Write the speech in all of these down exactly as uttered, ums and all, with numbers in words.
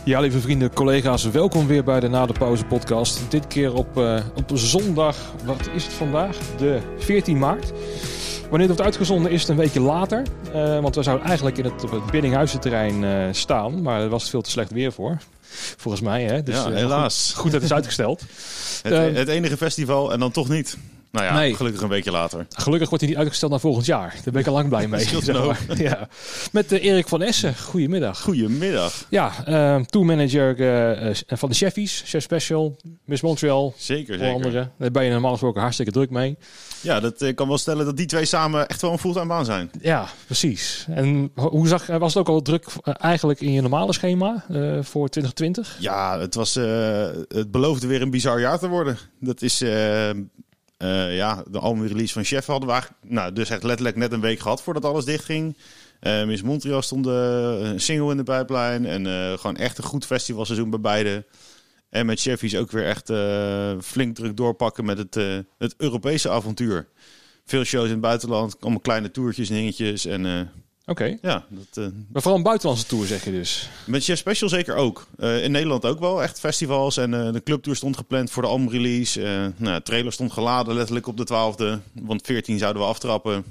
Ja, lieve vrienden, collega's, welkom weer bij de Na de Pauze podcast. Dit keer op, uh, op zondag, wat is het vandaag? De veertien maart. Wanneer het wordt uitgezonden is het een weekje later. Uh, want we zouden eigenlijk in het, op het Biddinghuizenterrein uh, staan. Maar er was veel te slecht weer voor. Volgens mij, hè? Dus, ja, uh, helaas. Goed, goed dat het is uitgesteld. het, uh, het enige festival en dan toch niet. Nou ja, nee. Gelukkig een weekje later. Gelukkig wordt hij niet uitgesteld naar volgend jaar. Daar ben ik al lang blij mee. Zeg maar. Ja. Met uh, Erik van Essen. Goedemiddag. Goedemiddag. Ja, uh, tourmanager uh, uh, van de Cheffies, Chef Special, Miss Montreal. Zeker, zeker. Andere. Daar ben je normaal gesproken hartstikke druk mee. Ja, dat uh, kan wel stellen dat die twee samen echt wel een fulltime baan zijn. Ja, precies. En hoe zag, was het ook al druk uh, eigenlijk in je normale schema uh, voor twintig twintig? Ja, het, was, uh, het beloofde weer een bizar jaar te worden. Dat is... Uh, Uh, ja, de albumrelease van Chef hadden we eigenlijk, nou, dus echt letterlijk net een week gehad voordat alles dichtging. Uh, Miss Montreal stond uh, een single in de pijplijn en uh, gewoon echt een goed festivalseizoen bij beide. En met Cheffies ook weer echt uh, flink druk doorpakken met het, uh, het Europese avontuur. Veel shows in het buitenland, allemaal kleine toertjes en dingetjes en... Uh, Oké. Okay. Ja, dat, uh, maar vooral een buitenlandse tour zeg je dus? Met Chef Special zeker ook. Uh, in Nederland ook wel. Echt festivals. En uh, de clubtour stond gepland voor de albumrelease. Uh, nou, de trailer stond geladen letterlijk op de twaalfde. Want veertien zouden we aftrappen.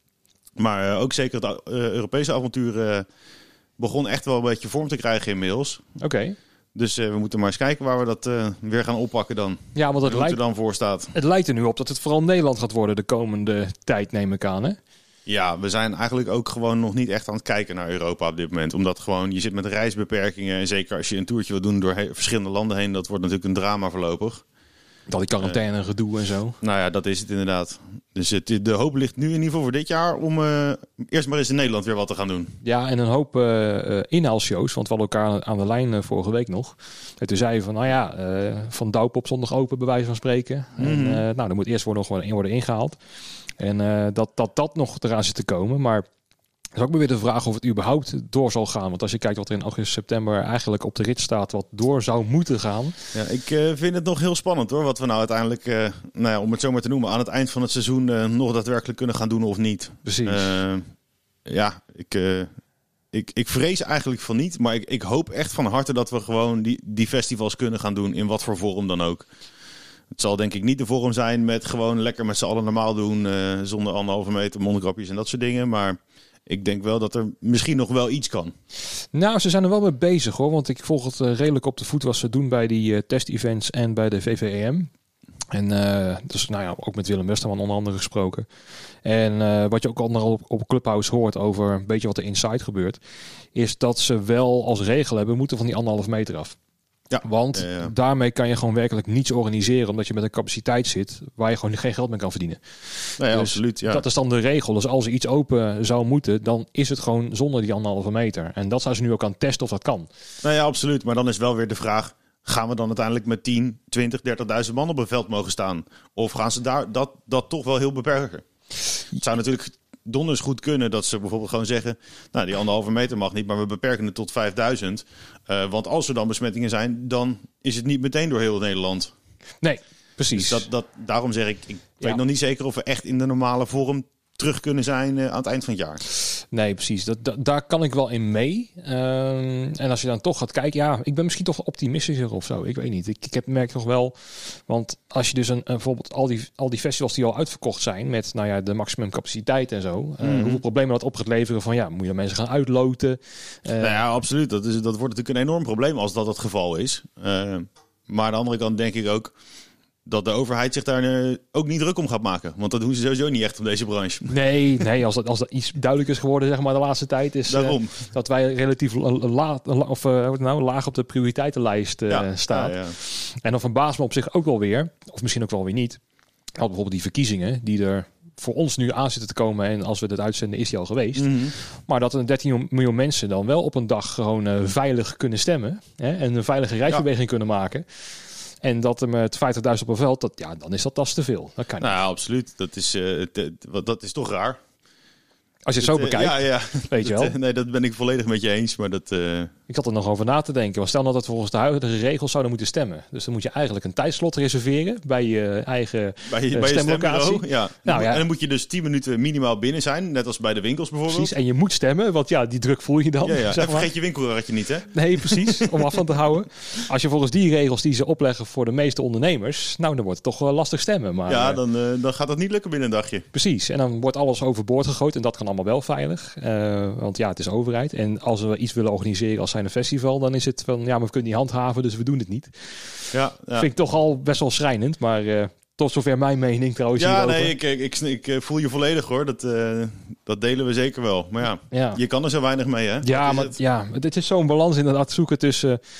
Maar uh, ook zeker het uh, Europese avontuur uh, begon echt wel een beetje vorm te krijgen inmiddels. Oké. Okay. Dus uh, we moeten maar eens kijken waar we dat uh, weer gaan oppakken dan. Ja, want het lijkt, er dan voor staat. Het lijkt er nu op dat het vooral Nederland gaat worden de komende tijd, neem ik aan, hè? Ja, we zijn eigenlijk ook gewoon nog niet echt aan het kijken naar Europa op dit moment. Omdat gewoon, je zit met reisbeperkingen. En zeker als je een toertje wil doen door he- verschillende landen heen. Dat wordt natuurlijk een drama voorlopig. Dat die quarantaine, uh, gedoe en zo. Nou ja, dat is het inderdaad. Dus het, de hoop ligt nu in ieder geval voor dit jaar om uh, eerst maar eens in Nederland weer wat te gaan doen. Ja, en een hoop uh, inhaalshows. Want we hadden elkaar aan de lijn uh, vorige week nog. En toen zei je van, nou ja, uh, van Douw op zondag open, bij wijze van spreken. Mm-hmm. En, uh, nou, er moet eerst worden, nog worden ingehaald. En uh, dat, dat dat nog eraan zit te komen. Maar is ook weer de vraag of het überhaupt door zal gaan. Want als je kijkt wat er in augustus, september eigenlijk op de rit staat, wat door zou moeten gaan. Ja, ik uh, vind het nog heel spannend hoor. Wat we nou uiteindelijk, uh, nou ja, om het zo maar te noemen, aan het eind van het seizoen uh, nog daadwerkelijk kunnen gaan doen of niet. Precies. Uh, ja, ik, uh, ik, ik vrees eigenlijk van niet. Maar ik, ik hoop echt van harte dat we gewoon die, die festivals kunnen gaan doen. In wat voor vorm dan ook. Het zal denk ik niet de vorm zijn met gewoon lekker met z'n allen normaal doen. Uh, zonder anderhalve meter, mondkapjes en dat soort dingen. Maar ik denk wel dat er misschien nog wel iets kan. Nou, ze zijn er wel mee bezig hoor. Want ik volg het uh, redelijk op de voet wat ze doen bij die uh, test-events en bij de V V E M. En uh, dus nou ja, ook met Willem Westerman onder andere gesproken. En uh, wat je ook al op, op Clubhouse hoort over een beetje wat er inside gebeurt. Is dat ze wel als regel hebben, moeten van die anderhalf meter af. Ja, Want ja, ja. daarmee kan je gewoon werkelijk niets organiseren. Omdat je met een capaciteit zit waar je gewoon geen geld meer kan verdienen. Nee, dus absoluut. Ja. Dat is dan de regel. Dus als er iets open zou moeten, dan is het gewoon zonder die anderhalve meter. En dat zou ze nu ook aan testen of dat kan. Nou ja, absoluut. Maar dan is wel weer de vraag, gaan we dan uiteindelijk met tien, twintig, dertigduizend man op een veld mogen staan? Of gaan ze daar dat, dat toch wel heel beperken? Het zou natuurlijk donders goed kunnen dat ze bijvoorbeeld gewoon zeggen, nou die anderhalve meter mag niet, maar we beperken het tot vijfduizend. Uh, want als er dan besmettingen zijn, dan is het niet meteen door heel Nederland. Nee, precies. Dus dat, dat, daarom zeg ik, ik weet ja. nog niet zeker of we echt in de normale vorm terug kunnen zijn uh, aan het eind van het jaar. Nee, precies. Dat, dat, daar kan ik wel in mee. Um, en als je dan toch gaat kijken, ja, ik ben misschien toch optimistischer of zo. Ik weet niet. Ik, ik heb merk toch wel, want als je dus een, een bijvoorbeeld al die, al die festivals die al uitverkocht zijn met, nou ja, de maximum capaciteit en zo, mm-hmm. uh, hoeveel problemen dat op gaat leveren van, ja, moet je mensen gaan uitloten? Uh, nou ja, absoluut. Dat, is, dat wordt natuurlijk een enorm probleem als dat het geval is. Uh, maar aan de andere kant denk ik ook dat de overheid zich daar uh, ook niet druk om gaat maken. Want dat doen ze sowieso niet echt op deze branche. Nee, nee als, dat, als dat iets duidelijk is geworden, zeg maar, de laatste tijd is uh, dat wij relatief la, la, of, uh, nou, laag op de prioriteitenlijst uh, ja, staan. Ja, ja. En dan verbaast me op zich ook wel weer, of misschien ook wel weer niet, had bijvoorbeeld die verkiezingen die er voor ons nu aan zitten te komen. En als we dit uitzenden, is die al geweest. Mm-hmm. Maar dat er dertien miljoen mensen dan wel op een dag gewoon uh, veilig kunnen stemmen. Hè, en een veilige reisbeweging ja. kunnen maken. En dat er met vijftigduizend op een veld, dat, ja, dan is dat tas te veel. Dat kan niet. Nou, absoluut. Dat is, uh, t- t- dat is toch raar. Als je het zo uh, bekijkt, ja, ja. weet je dat, wel. Uh, nee, dat ben ik volledig met je eens. Maar dat, uh, Ik zat er nog over na te denken. Want stel nou dat we volgens de huidige regels zouden moeten stemmen. Dus dan moet je eigenlijk een tijdslot reserveren bij je eigen bij je, uh, bij je stemlocatie. Ja. Nou, ja. En dan moet je dus tien minuten minimaal binnen zijn. Net als bij de winkels bijvoorbeeld. Precies, en je moet stemmen. Want ja, die druk voel je dan. Ja, ja. Zeg en vergeet je winkelratje niet, hè? Nee, precies. Om afstand te houden. Als je volgens die regels die ze opleggen voor de meeste ondernemers. Nou, dan wordt het toch wel lastig stemmen. Maar, ja, dan, uh, dan gaat dat niet lukken binnen een dagje. Precies. En dan wordt alles overboord gegooid. En dat kan allemaal wel veilig. Uh, want ja, het is overheid. En als we iets willen organiseren als zijn een festival, dan is het van, ja, maar we kunnen niet handhaven, dus we doen het niet. Ja, ja. Vind ik toch al best wel schrijnend, maar uh, tot zover mijn mening trouwens. Ja, hierover. nee, ik, ik, ik, ik voel je volledig hoor. Dat, uh, dat delen we zeker wel. Maar ja, ja, je kan er zo weinig mee, hè? Ja, maar het? ja, het is zo'n balans inderdaad zoeken tussen uh,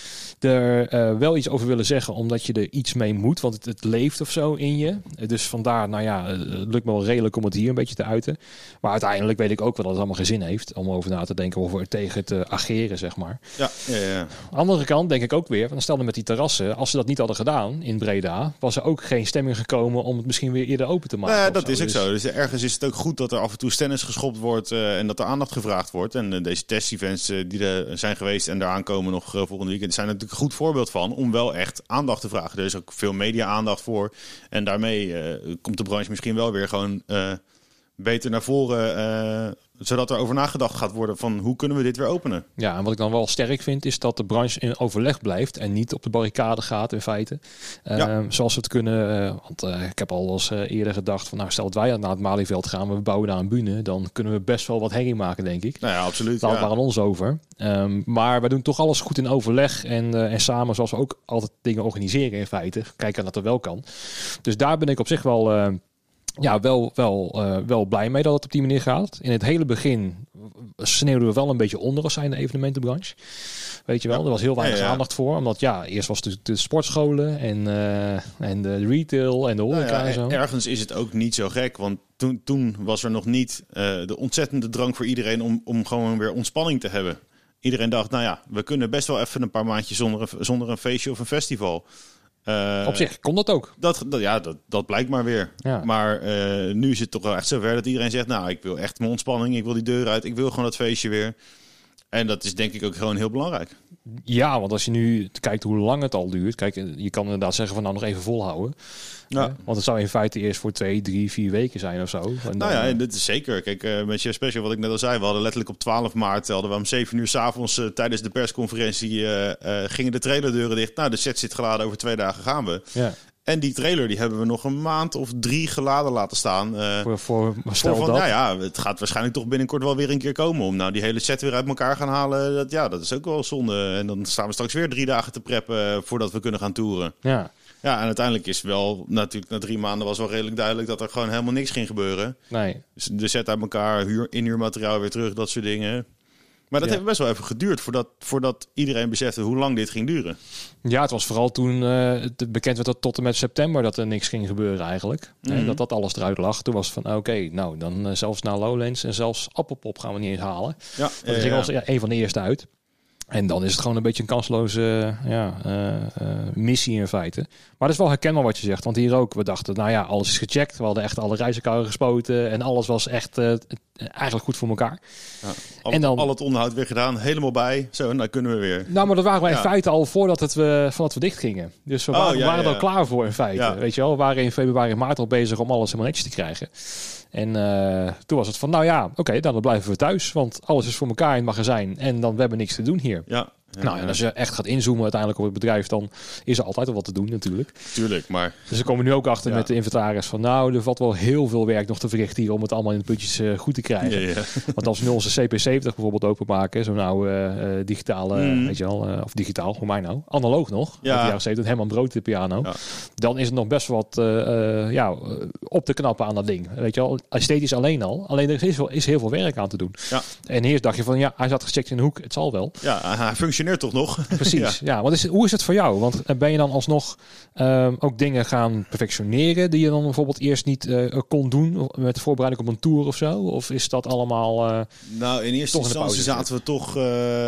er uh, wel iets over willen zeggen, omdat je er iets mee moet, want het, het leeft of zo in je. Dus vandaar, nou ja, het lukt me wel redelijk om het hier een beetje te uiten. Maar uiteindelijk weet ik ook wel dat het allemaal geen zin heeft om over na te denken of er tegen te ageren, zeg maar. Ja, ja, ja. Aan de andere kant denk ik ook weer, dan stel je met die terrassen, als ze dat niet hadden gedaan in Breda, was er ook geen stemming gekomen om het misschien weer eerder open te maken. Nou ja, dat zo. is ook dus... zo. Dus ergens is het ook goed dat er af en toe stennis geschopt wordt uh, en dat er aandacht gevraagd wordt. En uh, deze test-events uh, die er zijn geweest en daaraan komen nog uh, volgende weekend, zijn natuurlijk een goed voorbeeld van om wel echt aandacht te vragen. Er is ook veel media-aandacht voor. En daarmee uh, komt de branche misschien wel weer gewoon uh, beter naar voren, uh, zodat er over nagedacht gaat worden van hoe kunnen we dit weer openen. Ja, en wat ik dan wel sterk vind is dat de branche in overleg blijft en niet op de barricade gaat in feite. Uh, ja. Zoals we het kunnen, uh, want uh, ik heb al eens uh, eerder gedacht van nou stel dat wij naar het Malieveld gaan, we bouwen daar een bühne, dan kunnen we best wel wat herrie maken, denk ik. Nou ja, absoluut. Laat ja. maar aan ons over. Um, maar we doen toch alles goed in overleg en, uh, en samen zoals we ook altijd dingen organiseren in feite. Kijken dat er wel kan. Dus daar ben ik op zich wel... Uh, Ja, wel, wel, uh, wel blij mee dat het op die manier gaat. In het hele begin sneeuwden we wel een beetje onder als zijn de evenementenbranche. Weet je wel, ja. Er was heel weinig ja, ja. aandacht voor. Omdat ja, eerst was het de, de sportscholen en, uh, en de retail en de horeca nou ja, en zo. Ergens is het ook niet zo gek, want toen, toen was er nog niet uh, de ontzettende drang voor iedereen om, om gewoon weer ontspanning te hebben. Iedereen dacht, nou ja, we kunnen best wel even een paar maandjes zonder een, zonder een feestje of een festival. Uh, Op zich kon dat ook. Dat, dat, ja, dat, dat blijkt maar weer. Ja. Maar uh, nu is het toch wel echt zover dat iedereen zegt, nou, ik wil echt mijn ontspanning, ik wil die deur uit, ik wil gewoon dat feestje weer. En dat is denk ik ook gewoon heel belangrijk. Ja, want als je nu kijkt hoe lang het al duurt, kijk, je kan inderdaad zeggen van nou nog even volhouden. Ja. Uh, want het zou in feite eerst voor twee, drie, vier weken zijn of zo. En nou dan, ja, en dit is zeker. Kijk, uh, met Chef Special, wat ik net al zei, we hadden letterlijk op twaalf maart, hadden we om zeven uur 's avonds uh, tijdens de persconferentie, uh, uh, gingen de trailerdeuren dicht. Nou, de set zit geladen, over twee dagen gaan we. Ja. En die trailer die hebben we nog een maand of drie geladen laten staan. Uh, voor voor, stel voor van, dat. Nou ja, het gaat waarschijnlijk toch binnenkort wel weer een keer komen. Om nou die hele set weer uit elkaar gaan halen. Dat, ja, dat is ook wel zonde. En dan staan we straks weer drie dagen te preppen voordat we kunnen gaan toeren. Ja. Ja, en uiteindelijk is wel, natuurlijk na drie maanden was wel redelijk duidelijk dat er gewoon helemaal niks ging gebeuren. Nee. Dus de set uit elkaar, huur, inhuurmateriaal weer terug, dat soort dingen. Maar dat ja. heeft best wel even geduurd voordat, voordat iedereen besefte hoe lang dit ging duren. Ja, het was vooral toen uh, het bekend werd dat tot en met september dat er niks ging gebeuren eigenlijk. Mm-hmm. En dat dat alles eruit lag. Toen was het van oké, okay, nou dan uh, zelfs naar Lowlands en zelfs Appelpop gaan we niet eens halen. Ja, dat ja, ging ja. als ja, een van de eerste uit. En dan is het gewoon een beetje een kansloze uh, ja, uh, uh, missie in feite. Maar dat is wel herkenbaar wat je zegt. Want hier ook, we dachten, nou ja, alles is gecheckt. We hadden echt alle reizenkarren gespoten. En alles was echt uh, eigenlijk goed voor elkaar. Ja, al, en dan, al het onderhoud weer gedaan, helemaal bij. Zo, en dan kunnen we weer. Nou, maar dat waren wij ja. in feite al voordat het we, voordat we dicht gingen. Dus we waren, oh, ja, waren ja, ja. er al klaar voor in feite. Ja. Weet je wel, we waren in februari en maart al bezig om alles helemaal netjes te krijgen. En uh, toen was het van, nou ja, oké, okay, dan blijven we thuis. Want alles is voor elkaar in het magazijn. En dan we hebben niks te doen hier. Ja. Ja, nou, en als je echt gaat inzoomen uiteindelijk op het bedrijf, dan is er altijd wel wat te doen natuurlijk. Tuurlijk, maar... Dus we komen nu ook achter ja. met de inventaris van, nou, er valt wel heel veel werk nog te verrichten hier om het allemaal in de puntjes uh, goed te krijgen. Ja, ja. Want als we nu onze C P zeventig bijvoorbeeld openmaken, zo'n oude uh, digitale, mm. weet je wel, uh, of digitaal, hoe mij nou, analoog nog, ja. uit de jaren zeventig, helemaal brood de piano, ja. dan is het nog best wat uh, uh, ja, op te knappen aan dat ding. Weet je wel, esthetisch alleen al. Alleen er is, wel, is heel veel werk aan te doen. Ja. En eerst dacht je van, ja, hij zat gecheckt in de hoek, het zal wel. Ja, hij functioneert toch nog? Precies, ja. ja wat is, hoe is het voor jou? Want ben je dan alsnog um, ook dingen gaan perfectioneren die je dan bijvoorbeeld eerst niet uh, kon doen met de voorbereiding op een tour of zo? Of is dat allemaal uh, Nou, in eerste instantie zaten we toch uh,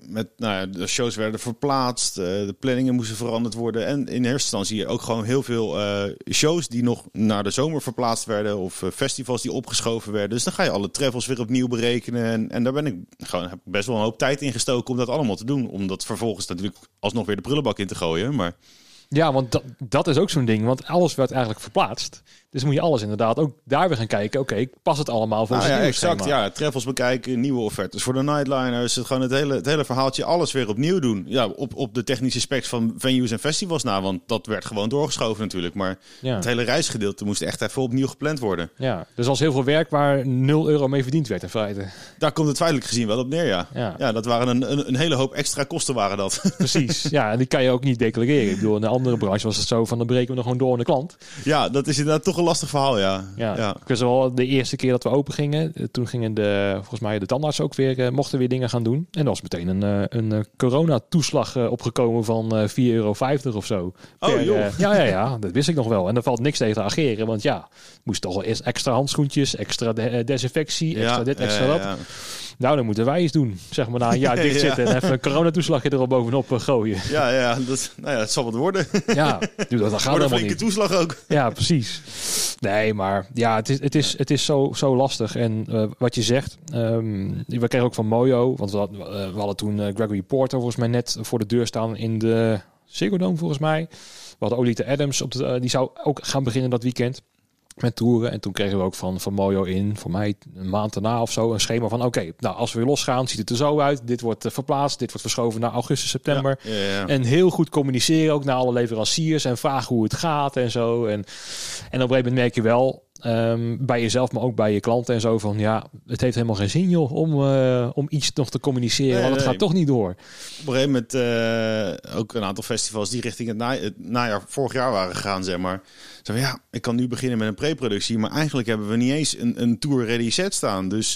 met, nou ja, de shows werden verplaatst, uh, de planningen moesten veranderd worden. En in eerste instantie ook gewoon heel veel uh, shows die nog naar de zomer verplaatst werden. Of uh, festivals die opgeschoven werden. Dus dan ga je alle travels weer opnieuw berekenen. En, en daar ben ik gewoon, heb ik best wel een hoop tijd in gestoken om dat allemaal te doen. Om dat vervolgens natuurlijk alsnog weer de prullenbak in te gooien. Maar... Ja, want dat, dat is ook zo'n ding. Want alles werd eigenlijk verplaatst. Dus moet je alles inderdaad ook daar weer gaan kijken. Oké, okay, past het allemaal voor nou, ja, exact, schema? Ja, travels bekijken, nieuwe offertes voor de nightliners. Het, gewoon het, hele, het hele verhaaltje, alles weer opnieuw doen. Ja, op, op de technische specs van venues en festivals na. Want dat werd gewoon doorgeschoven natuurlijk. Maar ja. het hele reisgedeelte moest echt even opnieuw gepland worden. Ja, dus als heel veel werk waar nul euro mee verdiend werd in feite. Daar komt het feitelijk gezien wel op neer, ja. Ja, ja dat waren een, een, een hele hoop extra kosten waren dat. Precies, ja, en die kan je ook niet declareren. Ik bedoel, in een andere branche was het zo van, dan breken we nog gewoon door aan de klant. Ja, dat is inderdaad toch een lastig verhaal, ja. Ja, ja. Ik wist wel de eerste keer dat we open gingen. Toen gingen de, volgens mij de tandarts ook weer, uh, mochten weer dingen gaan doen. En er was meteen een, uh, een uh, coronatoeslag uh, opgekomen van uh, vier euro vijftig of zo. Oh, per, joh. Uh, ja, ja, ja, dat wist ik nog wel. En daar valt niks tegen te ageren. Want ja, moest toch wel eerst extra handschoentjes, extra de, uh, desinfectie, extra ja, dit, extra uh, dat. Ja. Nou, dan moeten wij eens doen. Zeg maar na een jaar dicht zitten ja. en even een coronatoeslagje er al bovenop uh, gooien. Ja, ja, dat, nou ja, het zal wat worden. Ja, dat, dat gaat een flinke niet. Toeslag ook. Ja, precies. Nee, maar ja, het is, het is, het is zo, zo lastig. En uh, wat je zegt, um, we kregen ook van Mojo, want we hadden, uh, we hadden toen uh, Gregory Porter volgens mij net voor de deur staan in de Ziggo Dome volgens mij. We hadden Olita Adams, op de, uh, die zou ook gaan beginnen dat weekend met toeren. En toen kregen we ook van, van Mojo in, voor mij een maand daarna of zo, een schema van oké, okay, nou als we weer losgaan, ziet het er zo uit. Dit wordt uh, verplaatst, dit wordt verschoven naar augustus, september. Ja, ja, ja. En heel goed communiceren ook naar alle leveranciers en vragen hoe het gaat en zo. En, en op een gegeven moment merk je wel, um, bij jezelf, maar ook bij je klanten en zo van ja, het heeft helemaal geen zin joh, om, uh, om iets nog te communiceren, nee, want het nee. gaat toch niet door. Op een gegeven moment uh, ook een aantal festivals die richting het, na- het najaar vorig jaar waren gegaan, zeg maar. Zo, ja, ik kan nu beginnen met een pre-productie, maar eigenlijk hebben we niet eens een, een tour ready set staan. Dus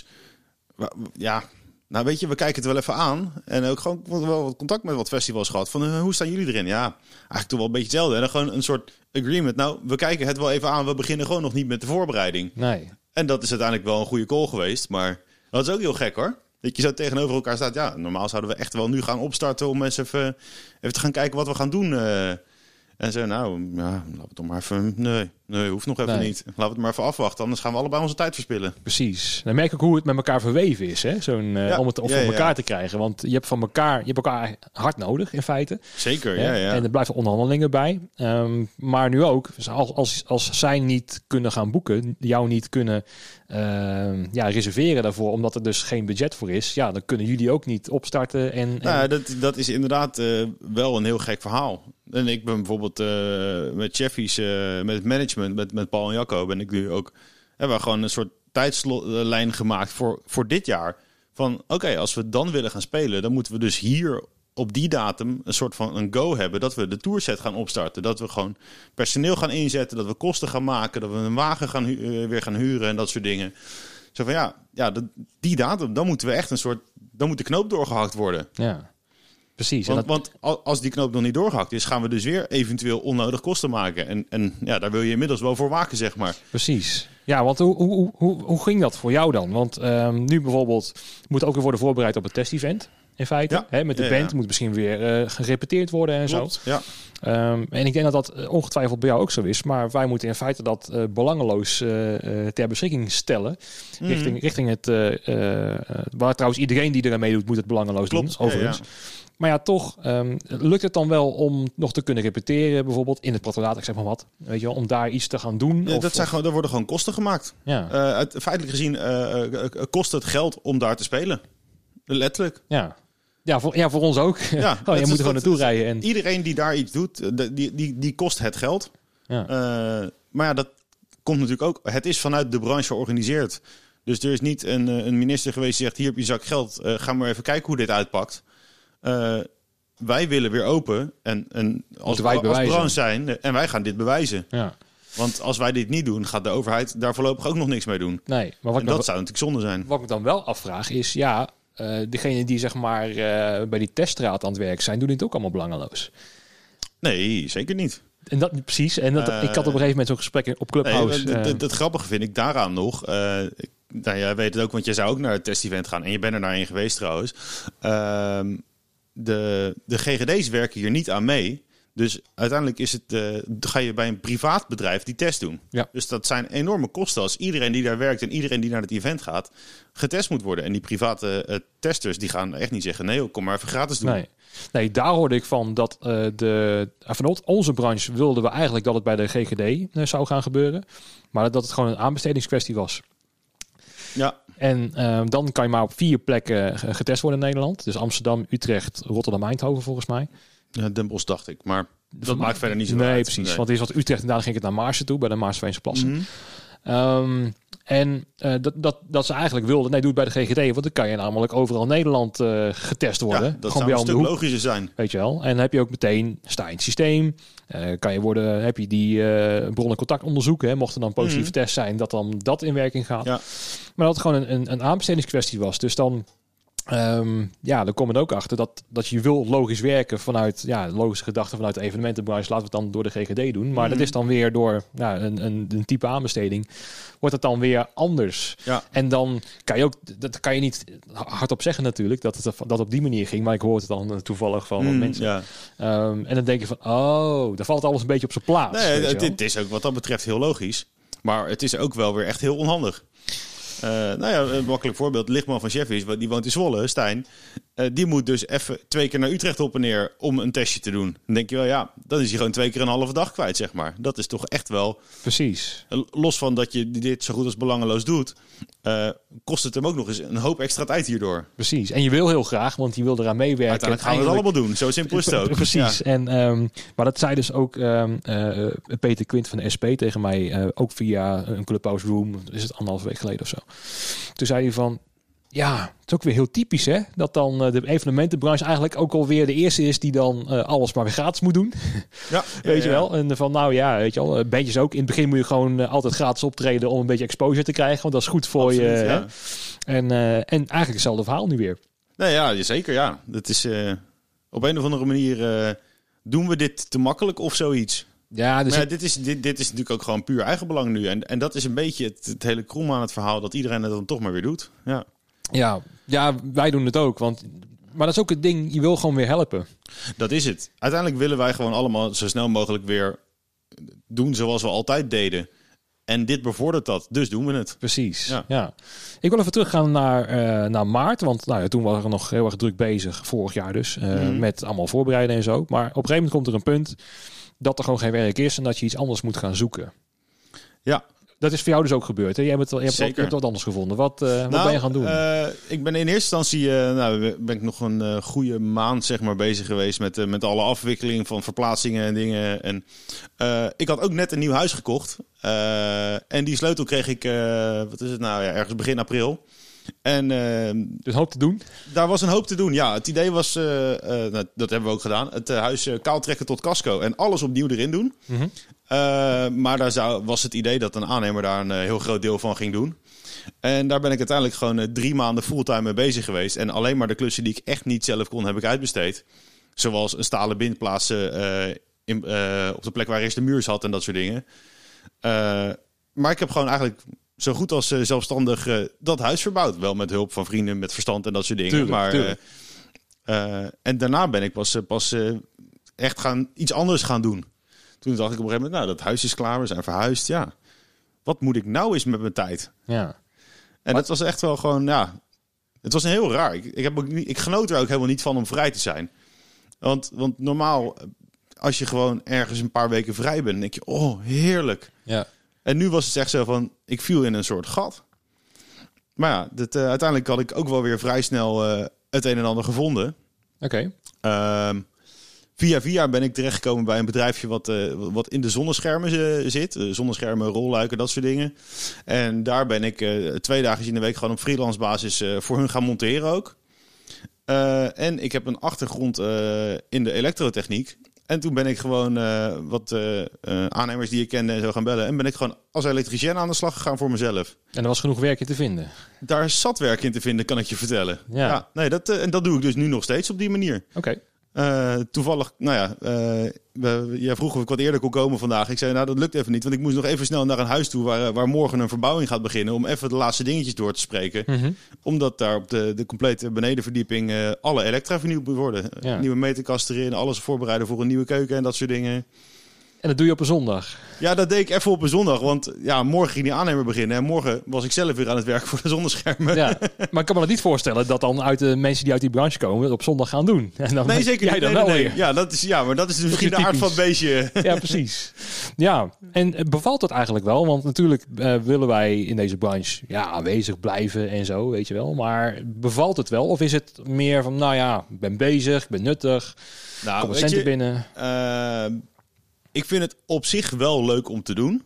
ja, nou weet je, we kijken het wel even aan. En ook gewoon wel wat contact met wat festivals gehad. Van uh, hoe staan jullie erin? Ja, eigenlijk toch wel een beetje hetzelfde. En dan gewoon een soort agreement. Nou, we kijken het wel even aan. We beginnen gewoon nog niet met de voorbereiding. Nee. En dat is uiteindelijk wel een goede call geweest. Maar dat is ook heel gek hoor. Dat je zo tegenover elkaar staat. Ja, normaal zouden we echt wel nu gaan opstarten om eens even, even te gaan kijken wat we gaan doen. Uh, En zo, nou, ja, laten we het toch maar even... Nee, nee, hoeft nog even nee. niet. Laten we het maar even afwachten, anders gaan we allebei onze tijd verspillen. Precies. Dan merk ik ook hoe het met elkaar verweven is, hè? Zo'n, uh, ja. om het op ja, voor elkaar ja. te krijgen. Want je hebt van elkaar, je hebt elkaar hard nodig, in feite. Zeker, ja, ja. En er blijven onderhandelingen bij. Um, maar nu ook, dus als, als, als zij niet kunnen gaan boeken, jou niet kunnen uh, ja, reserveren daarvoor, omdat er dus geen budget voor is, ja, dan kunnen jullie ook niet opstarten. En, en... Nou, dat, dat is inderdaad uh, wel een heel gek verhaal. En ik ben bijvoorbeeld uh, met Cheffies, uh, met het management, met, met Paul en Jacco, ben ik nu ook, hebben we gewoon een soort tijdslijn gemaakt voor, voor dit jaar. Van oké, okay, als we dan willen gaan spelen, dan moeten we dus hier op die datum een soort van een go hebben. Dat we de tourset gaan opstarten. Dat we gewoon personeel gaan inzetten, dat we kosten gaan maken, dat we een wagen gaan hu- uh, weer gaan huren en dat soort dingen. Zo van ja, ja de, die datum, dan moeten we echt een soort, dan moet de knoop doorgehakt worden. Ja. Precies. Want, dat... want als die knoop nog niet doorgehakt is, gaan we dus weer eventueel onnodig kosten maken. En, en ja, daar wil je inmiddels wel voor waken, zeg maar. Precies. Ja, want hoe, hoe, hoe, hoe ging dat voor jou dan? Want um, nu bijvoorbeeld moet ook weer worden voorbereid op het test-event. In feite. Ja. Hè, met de ja, band ja. moet misschien weer uh, gerepeteerd worden en Klopt, zo. Ja. Um, en ik denk dat dat ongetwijfeld bij jou ook zo is. Maar wij moeten in feite dat uh, belangeloos uh, uh, ter beschikking stellen. Mm. Richting, richting het... Uh, uh, waar trouwens iedereen die er mee doet, moet het belangeloos Klopt, doen. Overigens. Ja, ja. Maar ja, toch um, lukt het dan wel om nog te kunnen repeteren, bijvoorbeeld in het patronaat, ik zeg maar wat. Weet je wel, om daar iets te gaan doen? Ja, of, dat zijn gewoon, er worden gewoon kosten gemaakt. Ja. Uh, het, feitelijk gezien uh, uh, kost het geld om daar te spelen. Letterlijk. Ja. Ja, voor, ja, voor ons ook. Ja, oh, je moet er gewoon naartoe rijden. En... Iedereen die daar iets doet, die, die, die kost het geld. Ja. Uh, maar ja, dat komt natuurlijk ook... Het is vanuit de branche georganiseerd. Dus er is niet een, een minister geweest die zegt... hier heb je zak geld, uh, ga maar even kijken hoe dit uitpakt. Uh, wij willen weer open en, en als, wij als branche zijn... en wij gaan dit bewijzen. Ja. Want als wij dit niet doen, gaat de overheid daar voorlopig ook nog niks mee doen. Nee, maar wat en dat dan, zou natuurlijk zonde zijn. Wat ik dan wel afvraag is... ja. Uh, degene die zeg maar uh, bij die teststraat aan het werk zijn, doen dit ook allemaal belangeloos. Nee, zeker niet. En dat precies. En dat, uh, ik had op een gegeven moment zo'n gesprek op Clubhouse. Nee, uh, het grappige vind ik daaraan nog. Uh, nou, jij weet het ook, want jij zou ook naar het test-event gaan. En je bent er naar een geweest trouwens. Uh, de, de G G D's werken hier niet aan mee. Dus uiteindelijk is het, uh, ga je bij een privaat bedrijf die test doen. Ja. Dus dat zijn enorme kosten als iedereen die daar werkt en iedereen die naar het event gaat, getest moet worden. En die private uh, testers die gaan echt niet zeggen, nee joh, kom maar even gratis doen. Nee, nee daar hoorde ik van dat uh, de, vanuit onze branche wilden we eigenlijk dat het bij de G G D uh, zou gaan gebeuren. Maar dat het gewoon een aanbestedingskwestie was. Ja. En uh, dan kan je maar op vier plekken getest worden in Nederland. Dus Amsterdam, Utrecht, Rotterdam, Eindhoven volgens mij. Ja, Den Bosch dacht ik, maar dat Van, maakt verder niet zo nee, uit. Precies, Nee, want het is wat Utrecht en daar ging het naar Maarsen toe, bij de Maarseveense Plassen. Mm-hmm. Um, en uh, dat, dat, dat ze eigenlijk wilden, nee, doe het bij de G G D, want dan kan je namelijk overal in Nederland uh, getest worden. Ja, dat Gewoon zou bij een stuk logischer zijn. Weet je wel. En dan heb je ook meteen, sta je in het systeem, uh, kan je worden, heb je die uh, bron- en contactonderzoeken, hè, mocht er dan positieve mm-hmm. test zijn, dat dan dat in werking gaat. Ja. Maar dat het gewoon een, een, een aanbestedingskwestie was. Dus dan Um, ja, dan kom je ook achter dat, dat je wil logisch werken vanuit ja, logische gedachten vanuit de evenementenbranche. Laten we het dan door de G G D doen. Maar mm. dat is dan weer door ja, een, een, een type aanbesteding. Wordt het dan weer anders. Ja. En dan kan je ook, dat kan je niet hardop zeggen natuurlijk, dat het dat op die manier ging. Maar ik hoor het dan toevallig van mm, mensen. Ja. Um, en dan denk je van, oh, dan valt alles een beetje op zijn plaats. Nee, het, het is ook wat dat betreft heel logisch. Maar het is ook wel weer echt heel onhandig. Uh, nou ja, een makkelijk voorbeeld. Lichtman van Chef is, die woont in Zwolle, Stijn. Uh, die moet dus even twee keer naar Utrecht op en neer om een testje te doen. Dan denk je wel, ja, dan is hij gewoon twee keer een halve dag kwijt, zeg maar. Dat is toch echt wel... Precies. Los van dat je dit zo goed als belangeloos doet, uh, kost het hem ook nog eens een hoop extra tijd hierdoor. Precies. En je wil heel graag, want je wil eraan meewerken. Uiteindelijk gaan we het allemaal doen. Zo simpel is het ook. Precies. Ja. En, um, maar dat zei dus ook um, uh, Peter Quint van de S P tegen mij, uh, ook via een Clubhouse Room, is het anderhalf week geleden of zo. Toen zei hij van, ja, het is ook weer heel typisch hè, dat dan uh, de evenementenbranche eigenlijk ook alweer de eerste is die dan uh, alles maar weer gratis moet doen. Ja, weet ja, je ja. wel. En van nou ja, weet je wel, bandjes ook. In het begin moet je gewoon uh, altijd gratis optreden om een beetje exposure te krijgen, want dat is goed voor Absoluut, je. Ja. Hè? En, uh, en eigenlijk hetzelfde verhaal nu weer. Nee, ja, zeker ja. Dat is uh, op een of andere manier uh, doen we dit te makkelijk of zoiets. Ja, dus maar ja, dit, is, dit, dit is natuurlijk ook gewoon puur eigenbelang nu. En, en dat is een beetje het, het hele krom aan het verhaal, dat iedereen het dan toch maar weer doet. Ja. Ja, ja, wij doen het ook. Want, maar dat is ook het ding, je wil gewoon weer helpen. Dat is het. Uiteindelijk willen wij gewoon allemaal zo snel mogelijk weer doen zoals we altijd deden. En dit bevordert dat, dus doen we het. Precies, ja. ja. Ik wil even teruggaan naar, uh, naar maart. Want nou ja, toen waren we nog heel erg druk bezig, vorig jaar dus. Uh, mm. Met allemaal voorbereiden en zo. Maar op een gegeven moment komt er een punt dat er gewoon geen werk is en dat je iets anders moet gaan zoeken. Ja. Dat is voor jou dus ook gebeurd. Hè? Je, hebt het, je, hebt Zeker. Wat, je hebt wat anders gevonden. Wat, uh, wat nou, ben je gaan doen? Uh, ik ben in eerste instantie uh, nou, ben ik nog een uh, goede maand zeg maar, bezig geweest met, uh, met alle afwikkeling van verplaatsingen en dingen. En, uh, ik had ook net een nieuw huis gekocht. Uh, en die sleutel kreeg ik, uh, wat is het nou, ja, ergens begin april. En, uh, dus hoop te doen? Daar was een hoop te doen, ja. Het idee was, uh, uh, nou, dat hebben we ook gedaan, het uh, huis uh, kaal trekken tot casco en alles opnieuw erin doen. Mm-hmm. Uh, maar daar zou, was het idee dat een aannemer daar een uh, heel groot deel van ging doen. En daar ben ik uiteindelijk gewoon uh, drie maanden fulltime mee bezig geweest. En alleen maar de klussen die ik echt niet zelf kon, heb ik uitbesteed. Zoals een stalen bind plaatsen uh, in, uh, op de plek waar eerst de muur zat en dat soort dingen. Uh, maar ik heb gewoon eigenlijk zo goed als uh, zelfstandig uh, dat huis verbouwd. Wel met hulp van vrienden met verstand en dat soort dingen. Tuurlijk, maar, tuurlijk. Uh, uh, en daarna ben ik pas, uh, pas uh, echt gaan, iets anders gaan doen. Toen dacht ik op een gegeven moment, nou, dat huis is klaar, we zijn verhuisd. Ja, wat moet ik nou eens met mijn tijd? Ja. En maar... dat was echt wel gewoon, ja, het was een heel raar. Ik, ik, heb ook niet, ik genoot er ook helemaal niet van om vrij te zijn. Want, want normaal, als je gewoon ergens een paar weken vrij bent, dan denk je, oh, heerlijk. Ja. En nu was het echt zo van, ik viel in een soort gat. Maar ja, dit, uh, uiteindelijk had ik ook wel weer vrij snel uh, het een en ander gevonden. Oké. Okay. Um, Via via ben ik terechtgekomen bij een bedrijfje wat, uh, wat in de zonneschermen uh, zit. Uh, zonneschermen, rolluiken, dat soort dingen. En daar ben ik uh, twee dagen in de week gewoon op freelance basis uh, voor hun gaan monteren ook. Uh, en ik heb een achtergrond uh, in de elektrotechniek. En toen ben ik gewoon uh, wat uh, uh, aannemers die ik kende en zo gaan bellen. En ben ik gewoon als elektricien aan de slag gegaan voor mezelf. En er was genoeg werk in te vinden? Daar zat werk in te vinden, kan ik je vertellen. Ja. Ja, nee, dat, uh, en dat doe ik dus nu nog steeds op die manier. Oké. Okay. Uh, toevallig, nou ja, uh, we, jij vroeg of ik wat eerder kon komen vandaag. Ik zei, nou dat lukt even niet, want ik moest nog even snel naar een huis toe waar, waar morgen een verbouwing gaat beginnen. Om even de laatste dingetjes door te spreken. Mm-hmm. Omdat daar op de, de complete benedenverdieping uh, alle elektra vernieuwd moet worden. Ja. Nieuwe meterkast erin, alles voorbereiden voor een nieuwe keuken en dat soort dingen. En dat doe je op een zondag? Ja, dat deed ik even op een zondag. Want ja, morgen ging die aannemer beginnen. En morgen was ik zelf weer aan het werk voor de zonneschermen. Ja, maar ik kan me dat niet voorstellen dat dan uit de mensen die uit die branche komen dat op zondag gaan doen. En dan nee, zeker niet. Dan nee, wel nee, nee. Ja, dat is, ja, maar dat is misschien de aard van het beestje. Ja, precies. Ja, en bevalt het eigenlijk wel? Want natuurlijk uh, willen wij in deze branche ja, aanwezig blijven en zo, weet je wel. Maar bevalt het wel? Of is het meer van, nou ja, ik ben bezig, ik ben nuttig, nou, kom centen binnen? Uh, Ik vind het op zich wel leuk om te doen.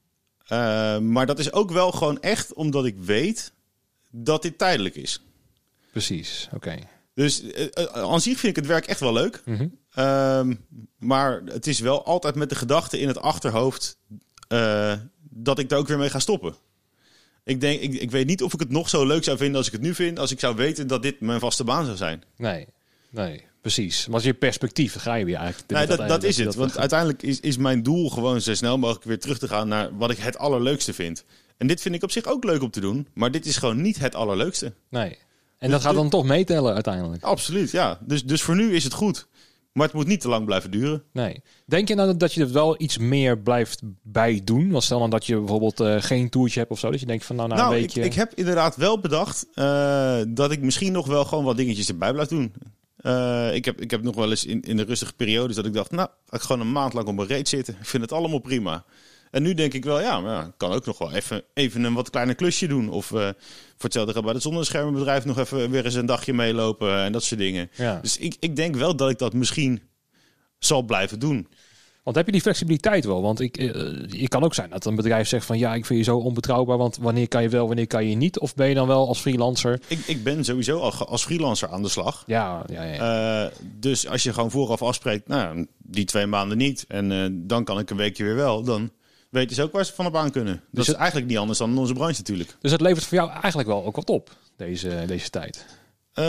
Uh, maar dat is ook wel gewoon echt omdat ik weet dat dit tijdelijk is. Precies, oké. Okay. Dus uh, aan zich vind ik het werk echt wel leuk. Mm-hmm. Uh, maar het is wel altijd met de gedachte in het achterhoofd uh, dat ik daar ook weer mee ga stoppen. Ik, denk, ik, ik weet niet of ik het nog zo leuk zou vinden als ik het nu vind, als ik zou weten dat dit mijn vaste baan zou zijn. Nee, nee. Precies, maar als je perspectief, dan ga je weer eigenlijk. Nee, dat, dat, dat is het. Dat want dat uiteindelijk is, is mijn doel gewoon zo snel mogelijk weer terug te gaan naar wat ik het allerleukste vind. En dit vind ik op zich ook leuk om te doen, maar dit is gewoon niet het allerleukste. Nee. En dus dat gaat dan toch meetellen uiteindelijk? Absoluut, ja. Dus, dus voor nu is het goed. Maar het moet niet te lang blijven duren. Nee. Denk je nou dat je er wel iets meer blijft bij doen? Want stel dan dat je bijvoorbeeld uh, geen toertje hebt of zo. Dat je denkt van nou, na nou, een weekje... Ik, ik heb inderdaad wel bedacht uh, dat ik misschien nog wel gewoon wat dingetjes erbij blijf doen. Uh, ik, heb, ik heb nog wel eens in, in de rustige periodes dat ik dacht, nou, ga ik gewoon een maand lang op een reet zitten. Ik vind het allemaal prima. En nu denk ik wel, ja, maar ja, ik kan ook nog wel even, even een wat kleiner klusje doen. Of uh, voor hetzelfde gaat bij het zonneschermenbedrijf nog even weer eens een dagje meelopen en dat soort dingen. Ja. Dus ik, ik denk wel dat ik dat misschien zal blijven doen. Want heb je die flexibiliteit wel? Want ik, uh, je kan ook zijn dat een bedrijf zegt van ja, ik vind je zo onbetrouwbaar, want wanneer kan je wel, wanneer kan je niet? Of ben je dan wel als freelancer? Ik, ik ben sowieso al als freelancer aan de slag. Ja, ja, ja. Uh, dus als je gewoon vooraf afspreekt, nou, die twee maanden niet en uh, dan kan ik een weekje weer wel, dan weten ze ook waar ze van op aan kunnen. Dat dus is het, eigenlijk niet anders dan in onze branche natuurlijk. Dus het levert voor jou eigenlijk wel ook wat op, deze, deze tijd? Uh,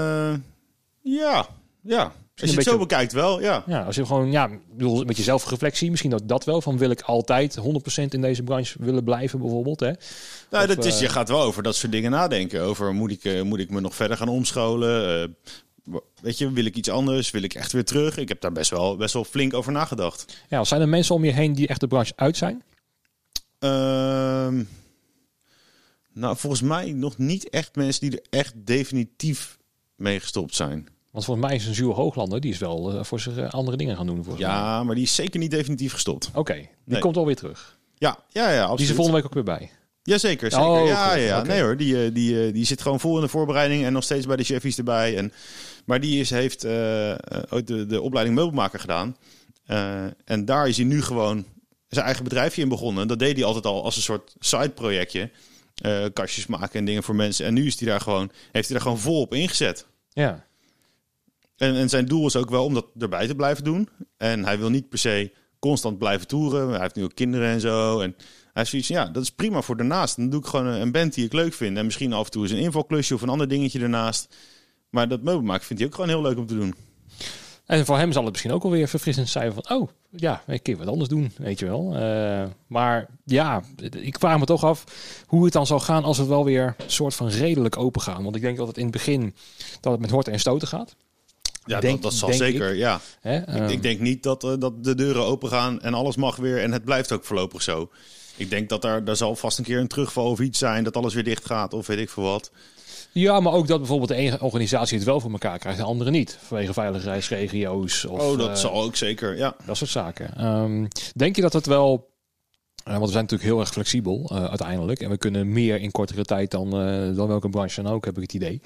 ja, ja. Als je het beetje, zo bekijkt wel, ja. Ja, als je gewoon, ja, bedoel, met je zelfreflectie, misschien dat dat wel, van wil ik altijd honderd procent in deze branche willen blijven bijvoorbeeld, hè? Nou, of, dat is, je gaat wel over dat soort dingen nadenken. Over, moet ik, uh, moet ik me nog verder gaan omscholen? Uh, weet je, wil ik iets anders? Wil ik echt weer terug? Ik heb daar best wel, best wel flink over nagedacht. Ja, zijn er mensen om je heen die echt de branche uit zijn? Uh, nou, volgens mij nog niet echt mensen die er echt definitief mee gestopt zijn. Want volgens mij is een Jules Hooglander, die is wel uh, voor zich uh, andere dingen gaan doen. Ja, mij. maar die is zeker niet definitief gestopt. Oké, okay, die nee. komt alweer terug. Ja, ja, ja, absoluut. Die is er volgende week ook weer bij. Jazeker, zeker. Oh, ja, okay. ja, ja. Okay. Nee hoor, die, die, die zit gewoon vol in de voorbereiding en nog steeds bij de cheffies erbij. En, maar die is, heeft uh, ooit de, de opleiding meubelmaker gedaan. Uh, en daar is hij nu gewoon zijn eigen bedrijfje in begonnen. Dat deed hij altijd al als een soort sideprojectje. Uh, kastjes maken en dingen voor mensen. En nu is hij daar gewoon, heeft hij daar gewoon vol op ingezet. Ja. En, en zijn doel is ook wel om dat erbij te blijven doen. En hij wil niet per se constant blijven toeren. Hij heeft nu ook kinderen en zo. En hij is zoiets, ja, dat is prima voor daarnaast. Dan doe ik gewoon een band die ik leuk vind. En misschien af en toe eens een invalklusje of een ander dingetje ernaast. Maar dat meubelmaken vindt hij ook gewoon heel leuk om te doen. En voor hem zal het misschien ook alweer verfrissend zijn van, oh, ja, een keer wat anders doen, weet je wel. Uh, maar ja, ik vraag me toch af hoe het dan zal gaan als het wel weer een soort van redelijk open gaat. Want ik denk dat het in het begin, dat het met horten en stoten gaat. Ja, denk, dat, dat zal zeker, ik. ja. Hè? Ik, um, ik denk niet dat, uh, dat de deuren open gaan en alles mag weer en het blijft ook voorlopig zo. Ik denk dat er, daar zal vast een keer een terugval of iets zijn, dat alles weer dicht gaat of weet ik veel wat. Ja, maar ook dat bijvoorbeeld de ene organisatie het wel voor elkaar krijgt, de andere niet. Vanwege veiligheidsregio's. Of, oh, dat uh, zal ook zeker, ja. Dat soort zaken. Um, denk je dat het wel... Uh, want we zijn natuurlijk heel erg flexibel uh, uiteindelijk. En we kunnen meer in kortere tijd dan, uh, dan welke branche dan ook, heb ik het idee.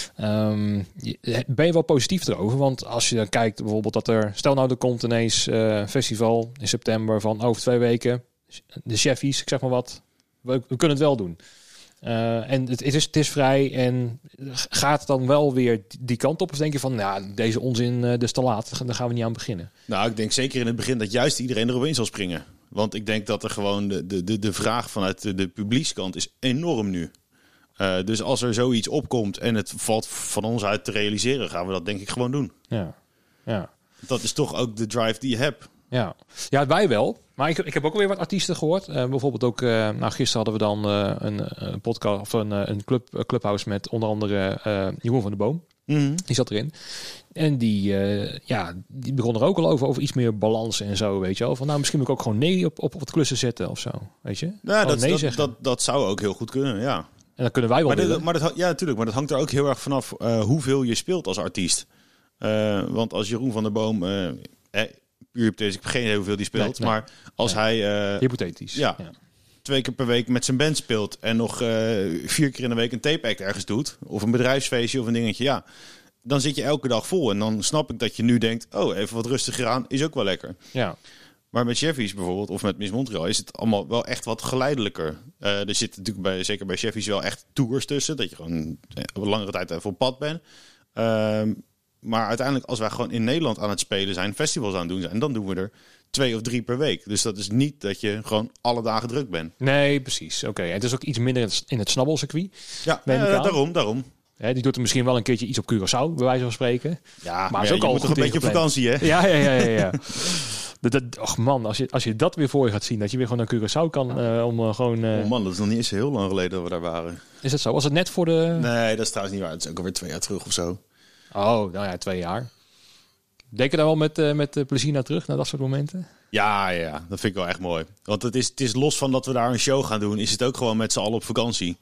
Um, ben je wel positief erover? Want als je dan kijkt bijvoorbeeld dat er... Stel nou, er komt ineens uh, een festival in september van over twee weken. De cheffies, ik zeg maar wat. We, we kunnen het wel doen. Uh, en het, het, is, het is vrij en gaat het dan wel weer die kant op? Of denk je van, nou, deze onzin, uh, dus te laat, daar gaan we niet aan beginnen? Nou, ik denk zeker in het begin dat juist iedereen erop in zal springen. Want ik denk dat er gewoon de, de, de, de vraag vanuit de, de publiekskant is enorm nu. Uh, dus als er zoiets opkomt en het valt van ons uit te realiseren, gaan we dat denk ik gewoon doen. Ja. Ja. Dat is toch ook de drive die je hebt. Ja, ja wij wel. Maar ik, ik heb ook weer wat artiesten gehoord. Uh, bijvoorbeeld ook, uh, nou gisteren hadden we dan uh, een, een podcast of een, een club, een clubhouse met onder andere uh, Jeroen van der Boom. Mm-hmm. Die zat erin. En die, uh, ja, die begon er ook al over, over iets meer balans en zo, weet je wel. Van nou, misschien moet ik ook gewoon nee op, op, op het klussen zetten of zo, weet je. Ja, dat, nee dat, dat, dat zou ook heel goed kunnen, ja. En dan kunnen wij wel maar dat, maar dat, ja, natuurlijk. Maar dat hangt er ook heel erg vanaf uh, hoeveel je speelt als artiest. Uh, want als Jeroen van der Boom... Uh, eh, puur hypothetisch, ik heb geen idee hoeveel die speelt. Nee, nee, maar als nee. hij... Uh, hypothetisch. Ja, ja. Twee keer per week met zijn band speelt en nog uh, vier keer in de week een tape act ergens doet, of een bedrijfsfeestje of een dingetje, ja, dan zit je elke dag vol. En dan snap ik dat je nu denkt, oh, even wat rustiger aan, is ook wel lekker. Ja. Maar met Cheffies bijvoorbeeld, of met Miss Montreal, is het allemaal wel echt wat geleidelijker. Uh, er zit natuurlijk bij, zeker bij Cheffies wel echt tours tussen, dat je gewoon een langere tijd even op pad bent. Uh, maar uiteindelijk, als wij gewoon in Nederland aan het spelen zijn, festivals aan het doen zijn, dan doen we er twee of drie per week. Dus dat is niet dat je gewoon alle dagen druk bent. Nee, precies. Oké. Okay. En het is ook iets minder in het, in het snabbelcircuit. Ja, uh, daarom, daarom. Hè, die doet er misschien wel een keertje iets op Curaçao, bij wijze van spreken. Ja, maar, maar is ja, ook je al moet toch een beetje op vakantie, hè? Ja, ja, ja, ja. ja. dat, dat, och man, als je, als je dat weer voor je gaat zien, dat je weer gewoon naar Curaçao kan uh, om uh, gewoon... Uh... Oh man, dat is nog niet eens heel lang geleden dat we daar waren. Is dat zo? Was het net voor de... Nee, dat is trouwens niet waar. Het is ook alweer twee jaar terug of zo. Oh, nou ja, twee jaar. Denk je daar wel met, uh, met uh, plezier naar terug, naar dat soort momenten? Ja, ja, dat vind ik wel echt mooi. Want het is, het is los van dat we daar een show gaan doen, is het ook gewoon met z'n allen op vakantie.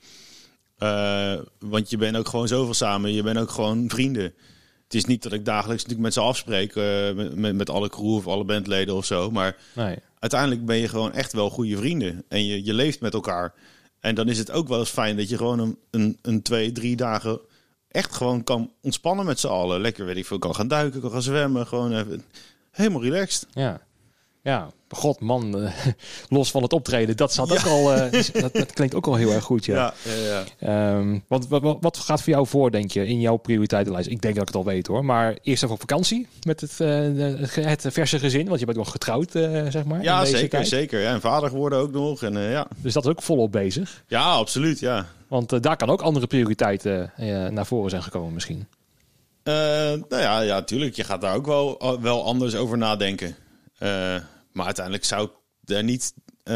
Uh, want je bent ook gewoon zoveel samen. Je bent ook gewoon vrienden. Het is niet dat ik dagelijks natuurlijk met ze afspreek, uh, met, met, met alle crew of alle bandleden of zo. Maar nee. Uiteindelijk ben je gewoon echt wel goede vrienden. En je, je leeft met elkaar. En dan is het ook wel eens fijn dat je gewoon een, een, een twee, drie dagen echt gewoon kan ontspannen met z'n allen. Lekker, weet ik veel, kan gaan duiken, kan gaan zwemmen. Gewoon even helemaal relaxed. Ja, ja. God man, uh, los van het optreden, dat zat ja. ook al. Uh, dat, dat klinkt ook al heel erg goed, ja. ja, ja, ja. Um, wat, wat, wat gaat voor jou voor, denk je, in jouw prioriteitenlijst? Ik denk dat ik het al weet, hoor. Maar eerst even op vakantie met het, uh, het verse gezin, want je bent nog getrouwd, uh, zeg maar. Ja, zeker, tijd. zeker. Ja, en vader geworden ook nog. En, uh, ja. Dus dat is ook volop bezig. Ja, absoluut, ja. Want uh, daar kan ook andere prioriteiten uh, naar voren zijn gekomen, misschien. Uh, nou ja, ja, tuurlijk. Je gaat daar ook wel, wel anders over nadenken. Uh, Maar uiteindelijk zou ik daar niet uh,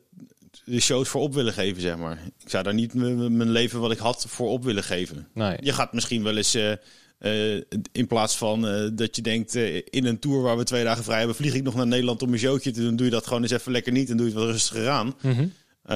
de shows voor op willen geven, zeg maar. Ik zou daar niet m- mijn leven wat ik had voor op willen geven. Nee. Je gaat misschien wel eens, uh, uh, in plaats van uh, dat je denkt, uh, in een tour waar we twee dagen vrij hebben, vlieg ik nog naar Nederland om een showtje te doen. Doe je dat gewoon eens even lekker niet en doe je het wat rustiger aan. Mm-hmm. Uh,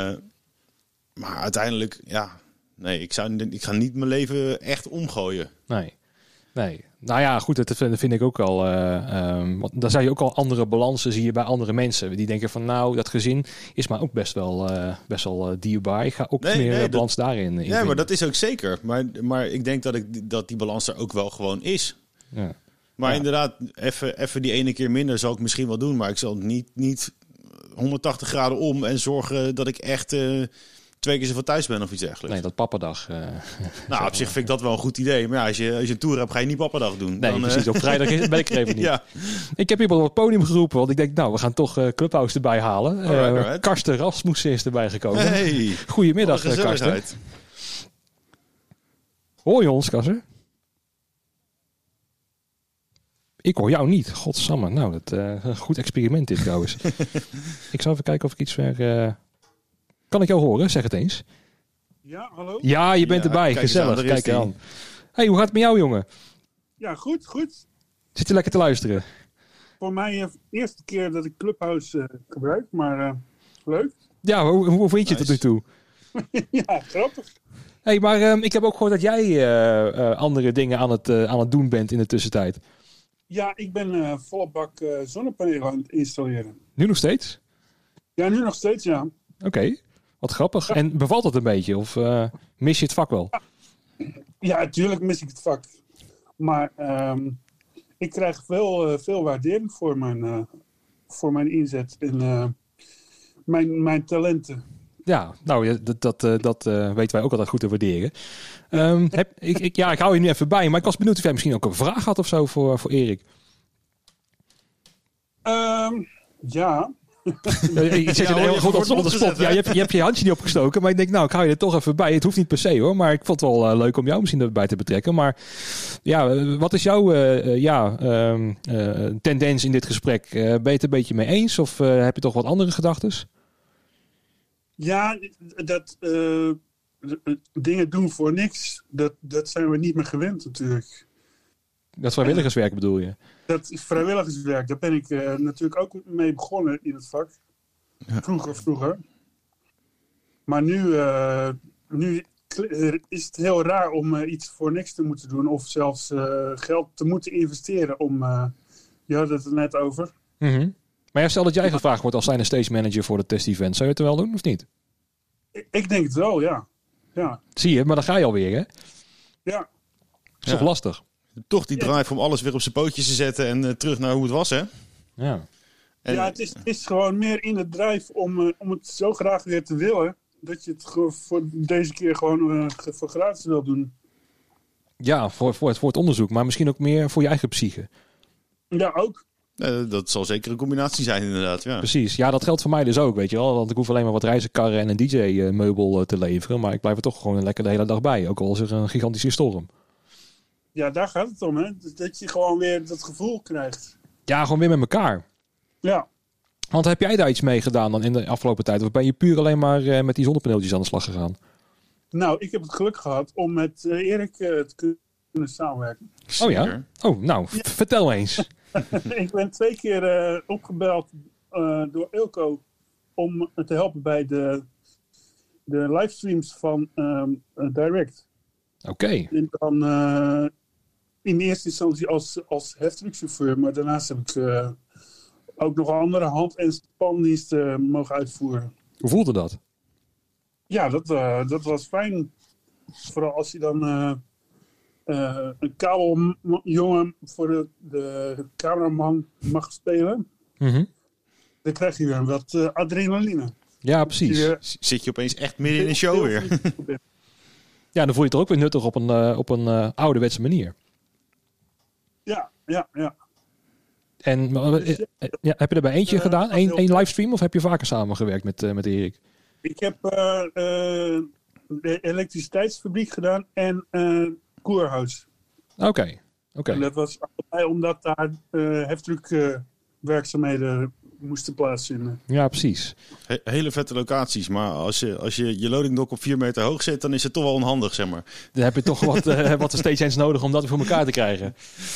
maar uiteindelijk, ja, nee, ik, zou, ik ga niet mijn leven echt omgooien. Nee. Nee, nou ja, goed, dat vind ik ook wel. Uh, um, want daar zie je ook al andere balansen zie je bij andere mensen. Die denken van, nou, dat gezin is maar ook best wel, uh, best wel uh, dierbaar. Ik ga ook nee, meer nee, balans dat, daarin. Ja, vinden. Maar dat is ook zeker. Maar, maar ik denk dat, ik, dat die balans er ook wel gewoon is. Ja. Maar ja. inderdaad, even die ene keer minder zal ik misschien wel doen. Maar ik zal niet, niet honderdtachtig graden om en zorgen dat ik echt... Uh, twee keer zoveel thuis ben of iets dergelijks. Nee, dat pappadag. Uh, nou, op zich vind ik dat wel een goed idee. Maar ja, als je, als je een tour hebt, ga je niet pappadag doen. Nee, dan, precies. Uh... Op vrijdag ben ik er even niet. Ja. Ik heb iemand op het podium geroepen, want ik denk, nou, we gaan toch uh, Clubhouse erbij halen. Uh, alright, alright. Karsten Rasmussen is erbij gekomen. Hey, goedemiddag, Karsten. Hoor je ons, Karsten? Ik hoor jou niet. Godsamme. Nou, dat uh, een goed experiment dit trouwens. Ik zal even kijken of ik iets weer... Uh... Kan ik jou horen? Zeg het eens. Ja, hallo? Ja, je bent ja, erbij. Kijk gezellig. Kijk aan. Hey, hoe gaat het met jou, jongen? Ja, goed, goed. Zit je lekker te luisteren? Voor mij de eerste keer dat ik Clubhouse uh, gebruik, maar uh, leuk. Ja, hoe, hoe vind je nice. het tot nu toe? Ja, grappig. Hey, maar um, ik heb ook gehoord dat jij uh, uh, andere dingen aan het, uh, aan het doen bent in de tussentijd. Ja, ik ben uh, volle bak uh, zonnepanelen aan het installeren. Nu nog steeds? Ja, nu nog steeds, ja. Oké. Okay. Wat grappig. Ja. En bevalt het een beetje? Of uh, mis je het vak wel? Ja, natuurlijk mis ik het vak. Maar um, ik krijg veel, uh, veel waardering voor mijn, uh, voor mijn inzet en uh, mijn, mijn talenten. Ja, nou, dat, dat, uh, dat uh, weten wij ook altijd goed te waarderen. Um, heb, ik, ik, ja, ik hou je nu even bij, maar ik was benieuwd of jij misschien ook een vraag had of zo voor, voor Erik. Um, ja... Je zit ja, heel goed op, op de spot. Ja, je, hebt, je hebt je handje niet opgestoken. Maar ik denk, nou, ik hou je er toch even bij. Het hoeft niet per se hoor. Maar ik vond het wel uh, leuk om jou misschien erbij te betrekken. Maar ja, uh, wat is jouw uh, ja, uh, uh, tendens in dit gesprek? Uh, ben je het een beetje mee eens? Of uh, heb je toch wat andere gedachten? Ja, dat uh, dingen doen voor niks. Dat, dat zijn we niet meer gewend natuurlijk. Dat vrijwilligerswerk bedoel je? Dat is vrijwilligerswerk. Daar ben ik uh, natuurlijk ook mee begonnen in het vak. Ja. Vroeger, vroeger. Maar nu, uh, nu is het heel raar om uh, iets voor niks te moeten doen. Of zelfs uh, geld te moeten investeren om... Uh, je had het er net over. Mm-hmm. Maar ja, stel dat jij gevraagd wordt als zijnde stage manager voor het test-event. Zou je het er wel doen of niet? Ik, ik denk het wel, ja. ja. Zie je, maar dan ga je alweer, hè? Ja. Is toch ja. lastig? Toch die drive om alles weer op zijn pootjes te zetten en uh, terug naar hoe het was, hè? Ja. En, ja, het is, het is gewoon meer in de drive om, uh, om het zo graag weer te willen, dat je het voor deze keer gewoon uh, voor gratis wil doen. Ja, voor, voor, het, voor het onderzoek, maar misschien ook meer voor je eigen psyche. Ja, ook. Uh, dat zal zeker een combinatie zijn, inderdaad. Ja. Precies. Ja, dat geldt voor mij dus ook, weet je wel. Want ik hoef alleen maar wat reizenkarren en een D J-meubel uh, te leveren. Maar ik blijf er toch gewoon lekker de hele dag bij. Ook al is er een gigantische storm. Ja, daar gaat het om, hè. Dat je gewoon weer dat gevoel krijgt. Ja, gewoon weer met elkaar. Ja. Want heb jij daar iets mee gedaan dan in de afgelopen tijd? Of ben je puur alleen maar uh, met die zonnepaneeltjes aan de slag gegaan? Nou, ik heb het geluk gehad om met uh, Erik uh, te kunnen samenwerken. Oh ja? Oh, nou, ja. Vertel eens. Ik ben twee keer uh, opgebeld uh, door Eelco om te helpen bij de, de livestreams van um, uh, Direct. Oké. Okay. En dan uh, in eerste instantie als, als heftruckchauffeur, maar daarnaast heb ik uh, ook nog andere hand- en spandiensten mogen uitvoeren. Hoe voelde dat? Ja, dat, uh, dat was fijn. Vooral als je dan uh, uh, een kabeljongen voor de, de cameraman mag spelen. Mm-hmm. Dan krijg je weer wat uh, adrenaline. Ja, precies. Je, Zit je opeens echt midden in een show weer. Ja, dan voel je het er ook weer nuttig op een, uh, op een uh, ouderwetse manier. Ja, ja, ja. En uh, uh, ja, heb je er bij eentje uh, gedaan? Eén één livestream of heb je vaker samengewerkt met, uh, met Erik? Ik heb uh, uh, de elektriciteitsfabriek gedaan en uh, Koerhuis. Oké. Okay. Okay. En dat was allebei omdat daar uh, heftruck uh, werkzaamheden moesten plaatsvinden. Ja, precies. He- hele vette locaties, maar als je als je, je loading dock op vier meter hoog zit, dan is het toch wel onhandig, zeg maar. Dan heb je toch wat, uh, wat de stagehands nodig om dat voor elkaar te krijgen.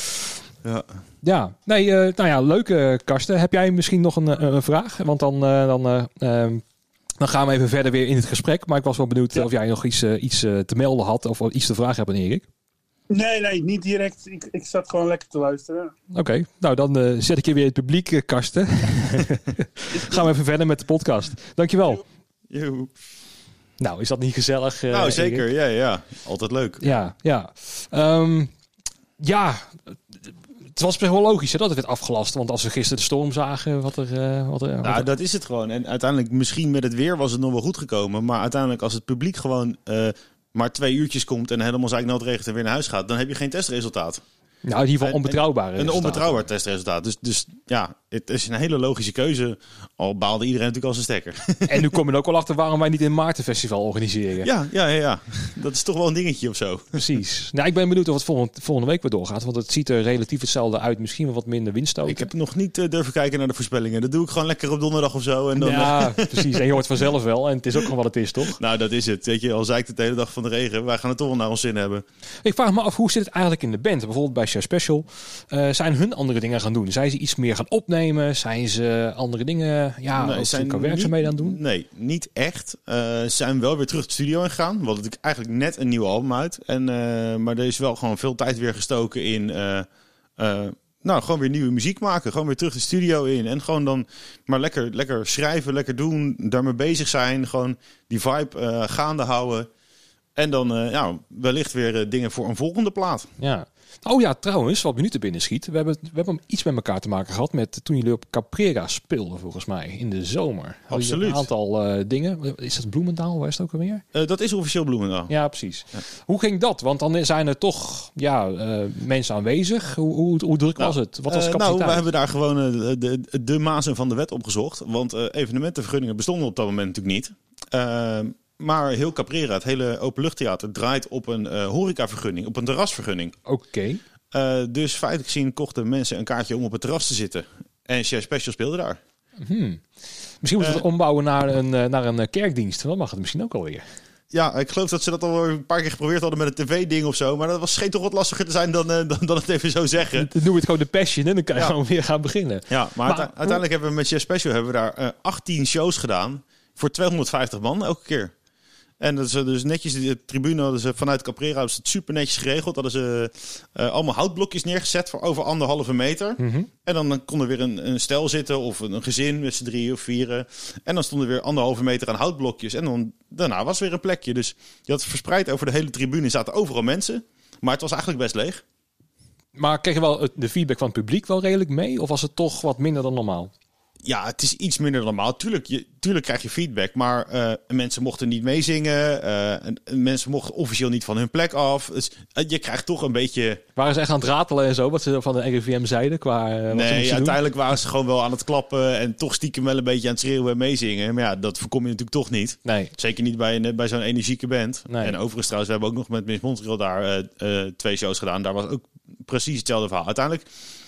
Ja. Ja, nee, uh, nou ja, leuk uh, Karsten. Heb jij misschien nog een, een vraag? Want dan, uh, dan, uh, um, dan gaan we even verder weer in het gesprek. Maar ik was wel benieuwd ja. of jij nog iets, uh, iets uh, te melden had of iets te vragen hebt aan Erik. Nee, nee, niet direct. Ik, ik zat gewoon lekker te luisteren. Oké, okay. Nou dan uh, zet ik je weer in het publiek, uh, Karsten. Gaan we even verder met de podcast. Dankjewel. Joe. Nou, is dat niet gezellig? Uh, nou, zeker. Ja, ja. Altijd leuk. Ja, ja. Um, ja, het was wel logisch hè, dat het werd afgelast. Want als we gisteren de storm zagen, wat er... Uh, wat er nou, wat er... dat is het gewoon. En uiteindelijk, misschien met het weer was het nog wel goed gekomen. Maar uiteindelijk, als het publiek gewoon... Uh, maar twee uurtjes komt en helemaal zeiknood regent en weer naar huis gaat, dan heb je geen testresultaat. Nou, in ieder geval onbetrouwbaar. Een onbetrouwbaar testresultaat. Dus, dus ja, het is een hele logische keuze. Al baalde iedereen natuurlijk al zijn stekker. En nu kom je ook al achter waarom wij niet een Maartenfestival organiseren. Ja, ja, ja, ja. Dat is toch wel een dingetje of zo. Precies. Nou, ik ben benieuwd of het volgende, volgende week weer doorgaat. Want het ziet er relatief hetzelfde uit. Misschien wel wat minder windstoten. Ik heb nog niet uh, durven kijken naar de voorspellingen. Dat doe ik gewoon lekker op donderdag of zo. En dan, ja, precies. En je hoort vanzelf wel. En het is ook gewoon wat het is, toch? Nou, dat is het. Weet je, al zei ik het de hele dag van de regen. Wij gaan het toch wel naar ons zin hebben. Ik vraag me af, hoe zit het eigenlijk in de band? Bijvoorbeeld bij Share Special. Uh, zijn hun andere dingen gaan doen? Zijn ze iets meer gaan opnemen? Zijn ze andere dingen, ja, nee, zijn qua werkzaamheden aan doen? Nee, niet echt. Uh, ze zijn wel weer terug de studio ingegaan. We hadden eigenlijk net een nieuw album uit. En, uh, maar er is wel gewoon veel tijd weer gestoken in... Uh, uh, nou, gewoon weer nieuwe muziek maken. Gewoon weer terug de studio in. En gewoon dan maar lekker, lekker schrijven, lekker doen. Daarmee bezig zijn. Gewoon die vibe uh, gaande houden. En dan uh, ja, wellicht weer uh, dingen voor een volgende plaat. Ja. Oh ja, trouwens, wat me nu te binnen schiet. We hebben, we hebben iets met elkaar te maken gehad met toen jullie op Caprera speelden, volgens mij, in de zomer. Absoluut. Een aantal uh, dingen. Is dat Bloemendaal? Waar is het ook alweer? Uh, dat is officieel Bloemendaal. Ja, precies. Ja. Hoe ging dat? Want dan zijn er toch ja, uh, mensen aanwezig. Hoe, hoe, hoe druk nou, was het? Wat was de capaciteit? Uh, nou, we hebben daar gewoon uh, de, de, de mazen van de wet opgezocht. Want uh, evenementenvergunningen bestonden op dat moment natuurlijk niet. Uh, Maar heel Caprera, het hele openluchttheater, draait op een uh, horecavergunning, op een terrasvergunning. Oké. Okay. Uh, dus feitelijk gezien kochten mensen een kaartje om op het terras te zitten. En Chef Special speelde daar. Hmm. Misschien moeten we het uh, ombouwen naar een, naar een kerkdienst. Dan mag het misschien ook alweer. Ja, ik geloof dat ze dat al een paar keer geprobeerd hadden met een tv-ding of zo. Maar dat was, scheen toch wat lastiger te zijn dan, uh, dan, dan het even zo zeggen. Dan noem je het gewoon de Passion en dan kan je ja. gewoon weer gaan beginnen. Ja, maar, maar uite- uiteindelijk hebben we met Chef Special hebben we daar uh, achttien shows gedaan. Voor tweehonderdvijftig man elke keer. En dat is dus netjes, de tribune hadden ze vanuit Caprera hadden ze het super netjes geregeld. Hadden ze uh, allemaal houtblokjes neergezet voor over anderhalve meter. Mm-hmm. En dan, dan kon er weer een, een stel zitten of een, een gezin met z'n drieën of vieren. En dan stonden weer anderhalve meter aan houtblokjes. En dan, daarna was weer een plekje. Dus je had verspreid over de hele tribune, zaten overal mensen. Maar het was eigenlijk best leeg. Maar kreeg je wel de feedback van het publiek wel redelijk mee? Of was het toch wat minder dan normaal? Ja, het is iets minder dan normaal. Tuurlijk, je, tuurlijk krijg je feedback, maar uh, mensen mochten niet meezingen. Uh, mensen mochten officieel niet van hun plek af. Dus uh, je krijgt toch een beetje... Waren ze echt aan het ratelen en zo, wat ze van de R I V M zeiden? Qua, uh, nee, uiteindelijk doen? waren ze gewoon wel aan het klappen en toch stiekem wel een beetje aan het schreeuwen en meezingen. Maar ja, dat voorkom je natuurlijk toch niet. Nee. Zeker niet bij, een, bij zo'n energieke band. Nee. En overigens trouwens, we hebben ook nog met Miss Montreal daar uh, uh, twee shows gedaan. Daar was ook precies hetzelfde verhaal. Uiteindelijk...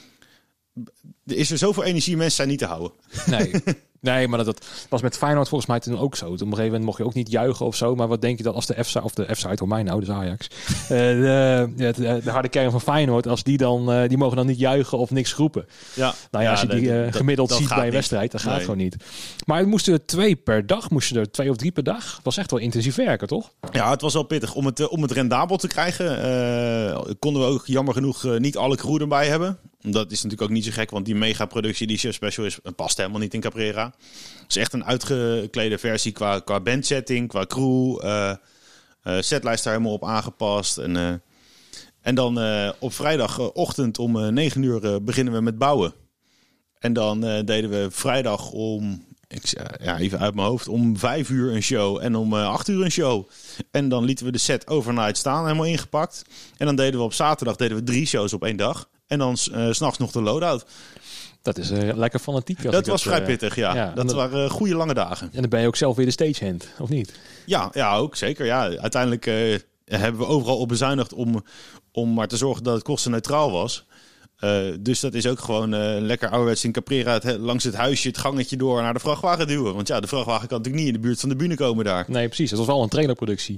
Er is er zoveel energie, mensen zijn niet te houden. Nee, nee, maar dat, dat was met Feyenoord volgens mij toen ook zo. Op een gegeven moment mocht je ook niet juichen of zo. Maar wat denk je dat als de F-side, of de F-side voor mij nou, dus Ajax. uh, de, de, de harde kern van Feyenoord, als die dan, uh, die mogen dan niet juichen of niks roepen. Ja. Nou ja, als je ja, die uh, dat, gemiddeld dat ziet bij een niet. wedstrijd, dan gaat nee. het gewoon niet. Maar het moesten er twee per dag, moesten er twee of drie per dag. Het was echt wel intensief werken, toch? Ja, het was wel pittig. Om het, om het rendabel te krijgen, uh, konden we ook jammer genoeg uh, niet alle crew erbij hebben. Dat is natuurlijk ook niet zo gek, want die megaproductie die Chef Special is, past helemaal niet in Caprera. Het is echt een uitgeklede versie qua, qua bandsetting, qua crew. Uh, uh, setlijst daar helemaal op aangepast. En, uh, en dan uh, op vrijdagochtend om uh, negen uur uh, beginnen we met bouwen. En dan uh, deden we vrijdag om, ik, ja, even uit mijn hoofd, om vijf uur een show en om uh, acht uur een show. En dan lieten we de set overnight staan, helemaal ingepakt. En dan deden we op zaterdag deden we drie shows op één dag. En dan uh, 's nachts nog de loadout. Dat is uh, lekker fanatiek. Dat was dat, vrij uh, pittig, ja. ja dat, dat waren uh, goede lange dagen. En dan ben je ook zelf weer de stagehand, of niet? Ja, ja ook zeker. Ja. Uiteindelijk uh, hebben we overal op bezuinigd om, om maar te zorgen dat het kostenneutraal was. Uh, dus dat is ook gewoon uh, lekker ouderwets in Caprera het, langs het huisje, het gangetje door naar de vrachtwagen duwen. Want ja, de vrachtwagen kan natuurlijk niet in de buurt van de bühne komen daar. Nee, precies. Dat was wel een trailerproductie.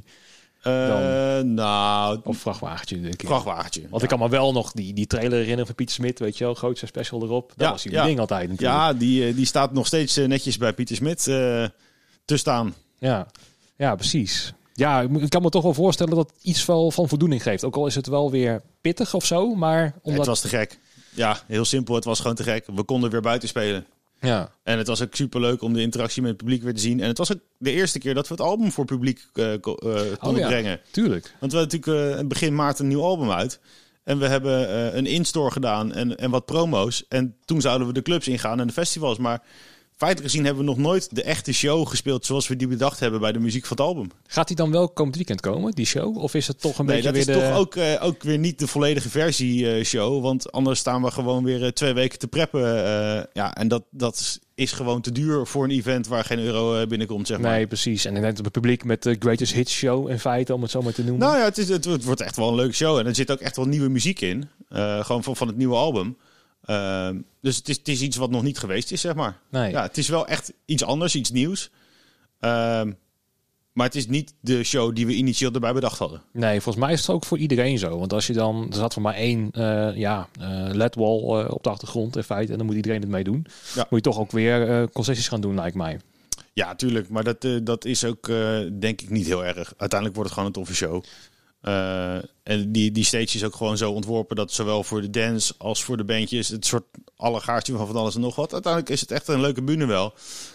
Uh, nou, of vrachtwagentje, denk ik. Vrachtwagentje. Want ja. ik kan me wel nog die, die trailer herinneren van Pieter Smit, weet je wel, grootste special erop. Dat ja, was die ja. ding altijd natuurlijk. Ja, die, die staat nog steeds netjes bij Pieter Smit uh, te staan. Ja. ja, precies. Ja, ik kan me toch wel voorstellen dat het iets wel van voldoening geeft. Ook al is het wel weer pittig of zo, maar... Omdat... Het was te gek. Ja, heel simpel. Het was gewoon te gek. We konden weer buiten spelen. Ja. En het was ook superleuk om de interactie met het publiek weer te zien. En het was ook de eerste keer dat we het album voor publiek uh, uh, konden oh, ja. brengen. Tuurlijk. Want we hadden natuurlijk uh, begin maart een nieuw album uit. En we hebben uh, een in-store gedaan en, en wat promo's. En toen zouden we de clubs ingaan en de festivals. Maar feitelijk gezien hebben we nog nooit de echte show gespeeld zoals we die bedacht hebben bij de muziek van het album. Gaat die dan wel komend weekend komen, die show? Of is het toch een nee, beetje weer weer de... de... Nee, dat is toch ook, uh, ook weer niet de volledige versie uh, show. Want anders staan we gewoon weer uh, twee weken te preppen. Uh, ja, en dat, dat is gewoon te duur voor een event waar geen euro uh, binnenkomt, zeg maar. Nee, precies. En ik denk dat het publiek met de Greatest Hits Show in feite, om het zo maar te noemen. Nou ja, het, is, het, het wordt echt wel een leuke show. En er zit ook echt wel nieuwe muziek in. Uh, gewoon van, van het nieuwe album. Uh, dus het is, het is iets wat nog niet geweest is, zeg maar. Nee. Ja, het is wel echt iets anders, iets nieuws. Uh, maar het is niet de show die we initieel erbij bedacht hadden. Nee, volgens mij is het ook voor iedereen zo. Want als je dan... Er zat voor maar één uh, ja, uh, L E D-wall uh, op de achtergrond in feite. En dan moet iedereen het mee doen. Ja. Moet je toch ook weer uh, concessies gaan doen, lijkt mij. Ja, tuurlijk. Maar dat, uh, dat is ook, uh, denk ik, niet heel erg. Uiteindelijk wordt het gewoon een toffe show. Uh, en die, die stage is ook gewoon zo ontworpen dat zowel voor de dance als voor de bandjes het soort allegaartje van van alles en nog wat. Uiteindelijk is het echt een leuke bühne wel.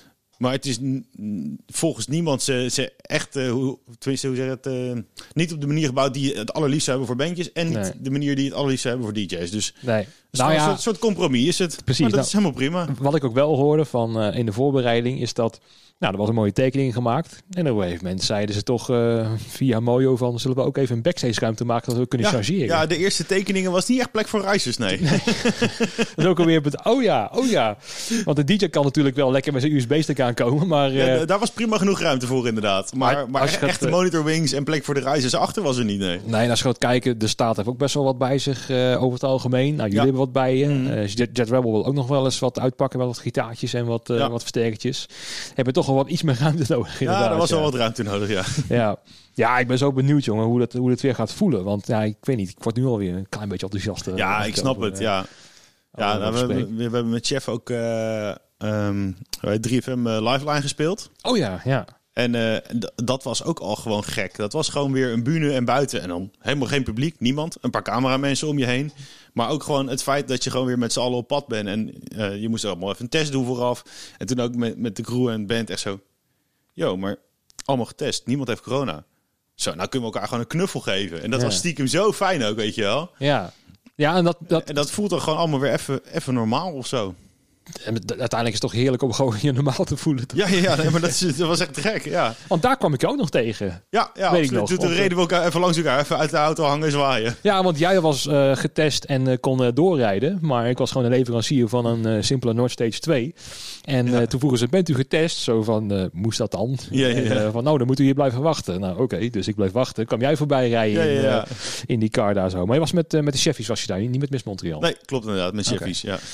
Maar het is n- volgens niemand ze, ze echt, uh, hoe, tenminste, hoe zeg het, uh, niet op de manier gebouwd die het allerliefst hebben voor bandjes. En niet nee. de manier die het allerliefst hebben voor D J's. Dus nee. Dus nou ja, een soort, soort compromis is het. Precies. Maar dat nou, is helemaal prima. Wat ik ook wel hoorde van uh, in de voorbereiding is dat... Nou, er was een mooie tekening gemaakt. En op een gegeven moment zeiden ze toch uh, via Mojo van... zullen we ook even een backstage ruimte maken dat we kunnen ja, chargeren. Ja, de eerste tekeningen was niet echt plek voor reizigers, nee. nee. Dat is ook alweer... Oh ja, oh ja. Want de D J kan natuurlijk wel lekker met zijn U S B-stick aankomen, maar... Uh, ja, daar was prima genoeg ruimte voor inderdaad. Maar, maar, maar echt echte monitor wings en plek voor de reizigers achter was er niet, nee. Nee, als je gaat kijken, de staat heeft ook best wel wat bij zich uh, over het algemeen. Nou, jullie ja. hebben wat bij je. Mm. Uh, Jet, Jet Rebel wil ook nog wel eens wat uitpakken, wel wat gitaartjes en wat, uh, ja. wat versterkertjes. Hebben toch wel wat iets meer ruimte nodig. Ja, er was wel ja. wat ruimte nodig, ja. ja. Ja, ik ben zo benieuwd, jongen, hoe dat, hoe dat weer gaat voelen. Want ja, ik weet niet, ik word nu alweer een klein beetje enthousiast. Uh, ja, ik snap over, het, uh, ja. Ja, nou, we, we, we hebben met Chef ook uh, um, drie F M uh, Lifeline gespeeld. Oh ja, ja. En uh, d- dat was ook al gewoon gek. Dat was gewoon weer een bühne en buiten. En dan helemaal geen publiek, niemand. Een paar cameramensen om je heen. Maar ook gewoon het feit dat je gewoon weer met z'n allen op pad bent. En uh, je moest allemaal even een test doen vooraf. En toen ook met, met de crew en band echt zo... Yo, maar allemaal getest. Niemand heeft corona. Zo, nou kunnen we elkaar gewoon een knuffel geven. En dat ja. was stiekem zo fijn ook, weet je wel. Ja, ja en, dat, dat... en dat voelt dan gewoon allemaal weer even, even normaal of zo. En uiteindelijk is het toch heerlijk om gewoon je normaal te voelen. Toch? Ja, ja, ja nee, maar dat, is, dat was echt gek, ja. Want daar kwam ik ook nog tegen. Ja, ja weet absoluut. Toen, toen reden we elkaar even langs elkaar, even uit de auto hangen en zwaaien. Ja, want jij was uh, getest en uh, kon uh, doorrijden. Maar ik was gewoon een leverancier van een uh, simpele Nordstage twee. En ja. uh, toen vroegen ze, bent u getest? Zo van, uh, moest dat dan? Ja, ja, ja. En, uh, van, nou, dan moet u hier blijven wachten. Nou, oké, okay, dus ik bleef wachten. Kwam jij voorbij rijden ja, ja, ja. In, uh, in die car daar zo. Maar je was met, uh, met de Cheffies was je daar, niet met Miss Montreal. Nee, klopt inderdaad, met Cheffies, okay. ja.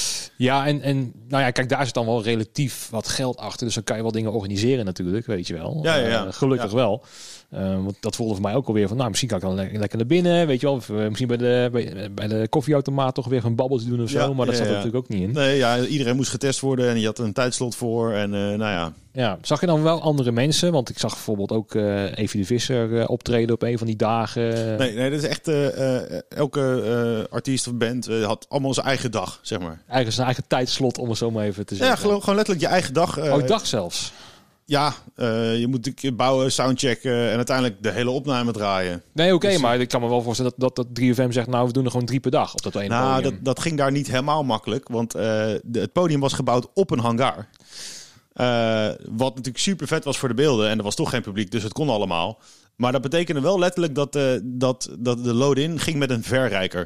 Ja, en, en nou ja, kijk, daar zit dan wel relatief wat geld achter. Dus dan kan je wel dingen organiseren natuurlijk, weet je wel. Ja, ja, ja. Uh, gelukkig ja. wel. Uh, want dat voelde voor mij ook alweer van, nou, misschien kan ik dan le- lekker naar binnen, weet je wel. Of, uh, misschien bij de, bij, bij de koffieautomaat toch weer een babbeltje doen of zo. Ja, maar dat ja, zat er ja. natuurlijk ook niet in. Nee, ja, iedereen moest getest worden en je had een tijdslot voor. En uh, nou ja. Ja, zag je dan wel andere mensen? Want ik zag bijvoorbeeld ook uh, Evie de Visser uh, optreden op een van die dagen. Nee, nee, dat is echt uh, uh, elke uh, artiest of band uh, had allemaal zijn eigen dag, zeg maar. Eigen zijn eigen tijdslot, om het zo maar even te zeggen. Ja, gewoon, gewoon letterlijk je eigen dag. Uh, oh, dag zelfs. Ja, uh, je moet natuurlijk bouwen, soundchecken en uiteindelijk de hele opname draaien. Nee, oké, okay, dus, maar ik kan me wel voorstellen dat, dat, dat drie F M zegt, nou, we doen er gewoon drie per dag op dat ene nou, podium. Dat, dat ging daar niet helemaal makkelijk, want uh, de, het podium was gebouwd op een hangar. Uh, wat natuurlijk super vet was voor de beelden en er was toch geen publiek, dus het kon allemaal. Maar dat betekende wel letterlijk dat, uh, dat, dat de load-in ging met een verrijker.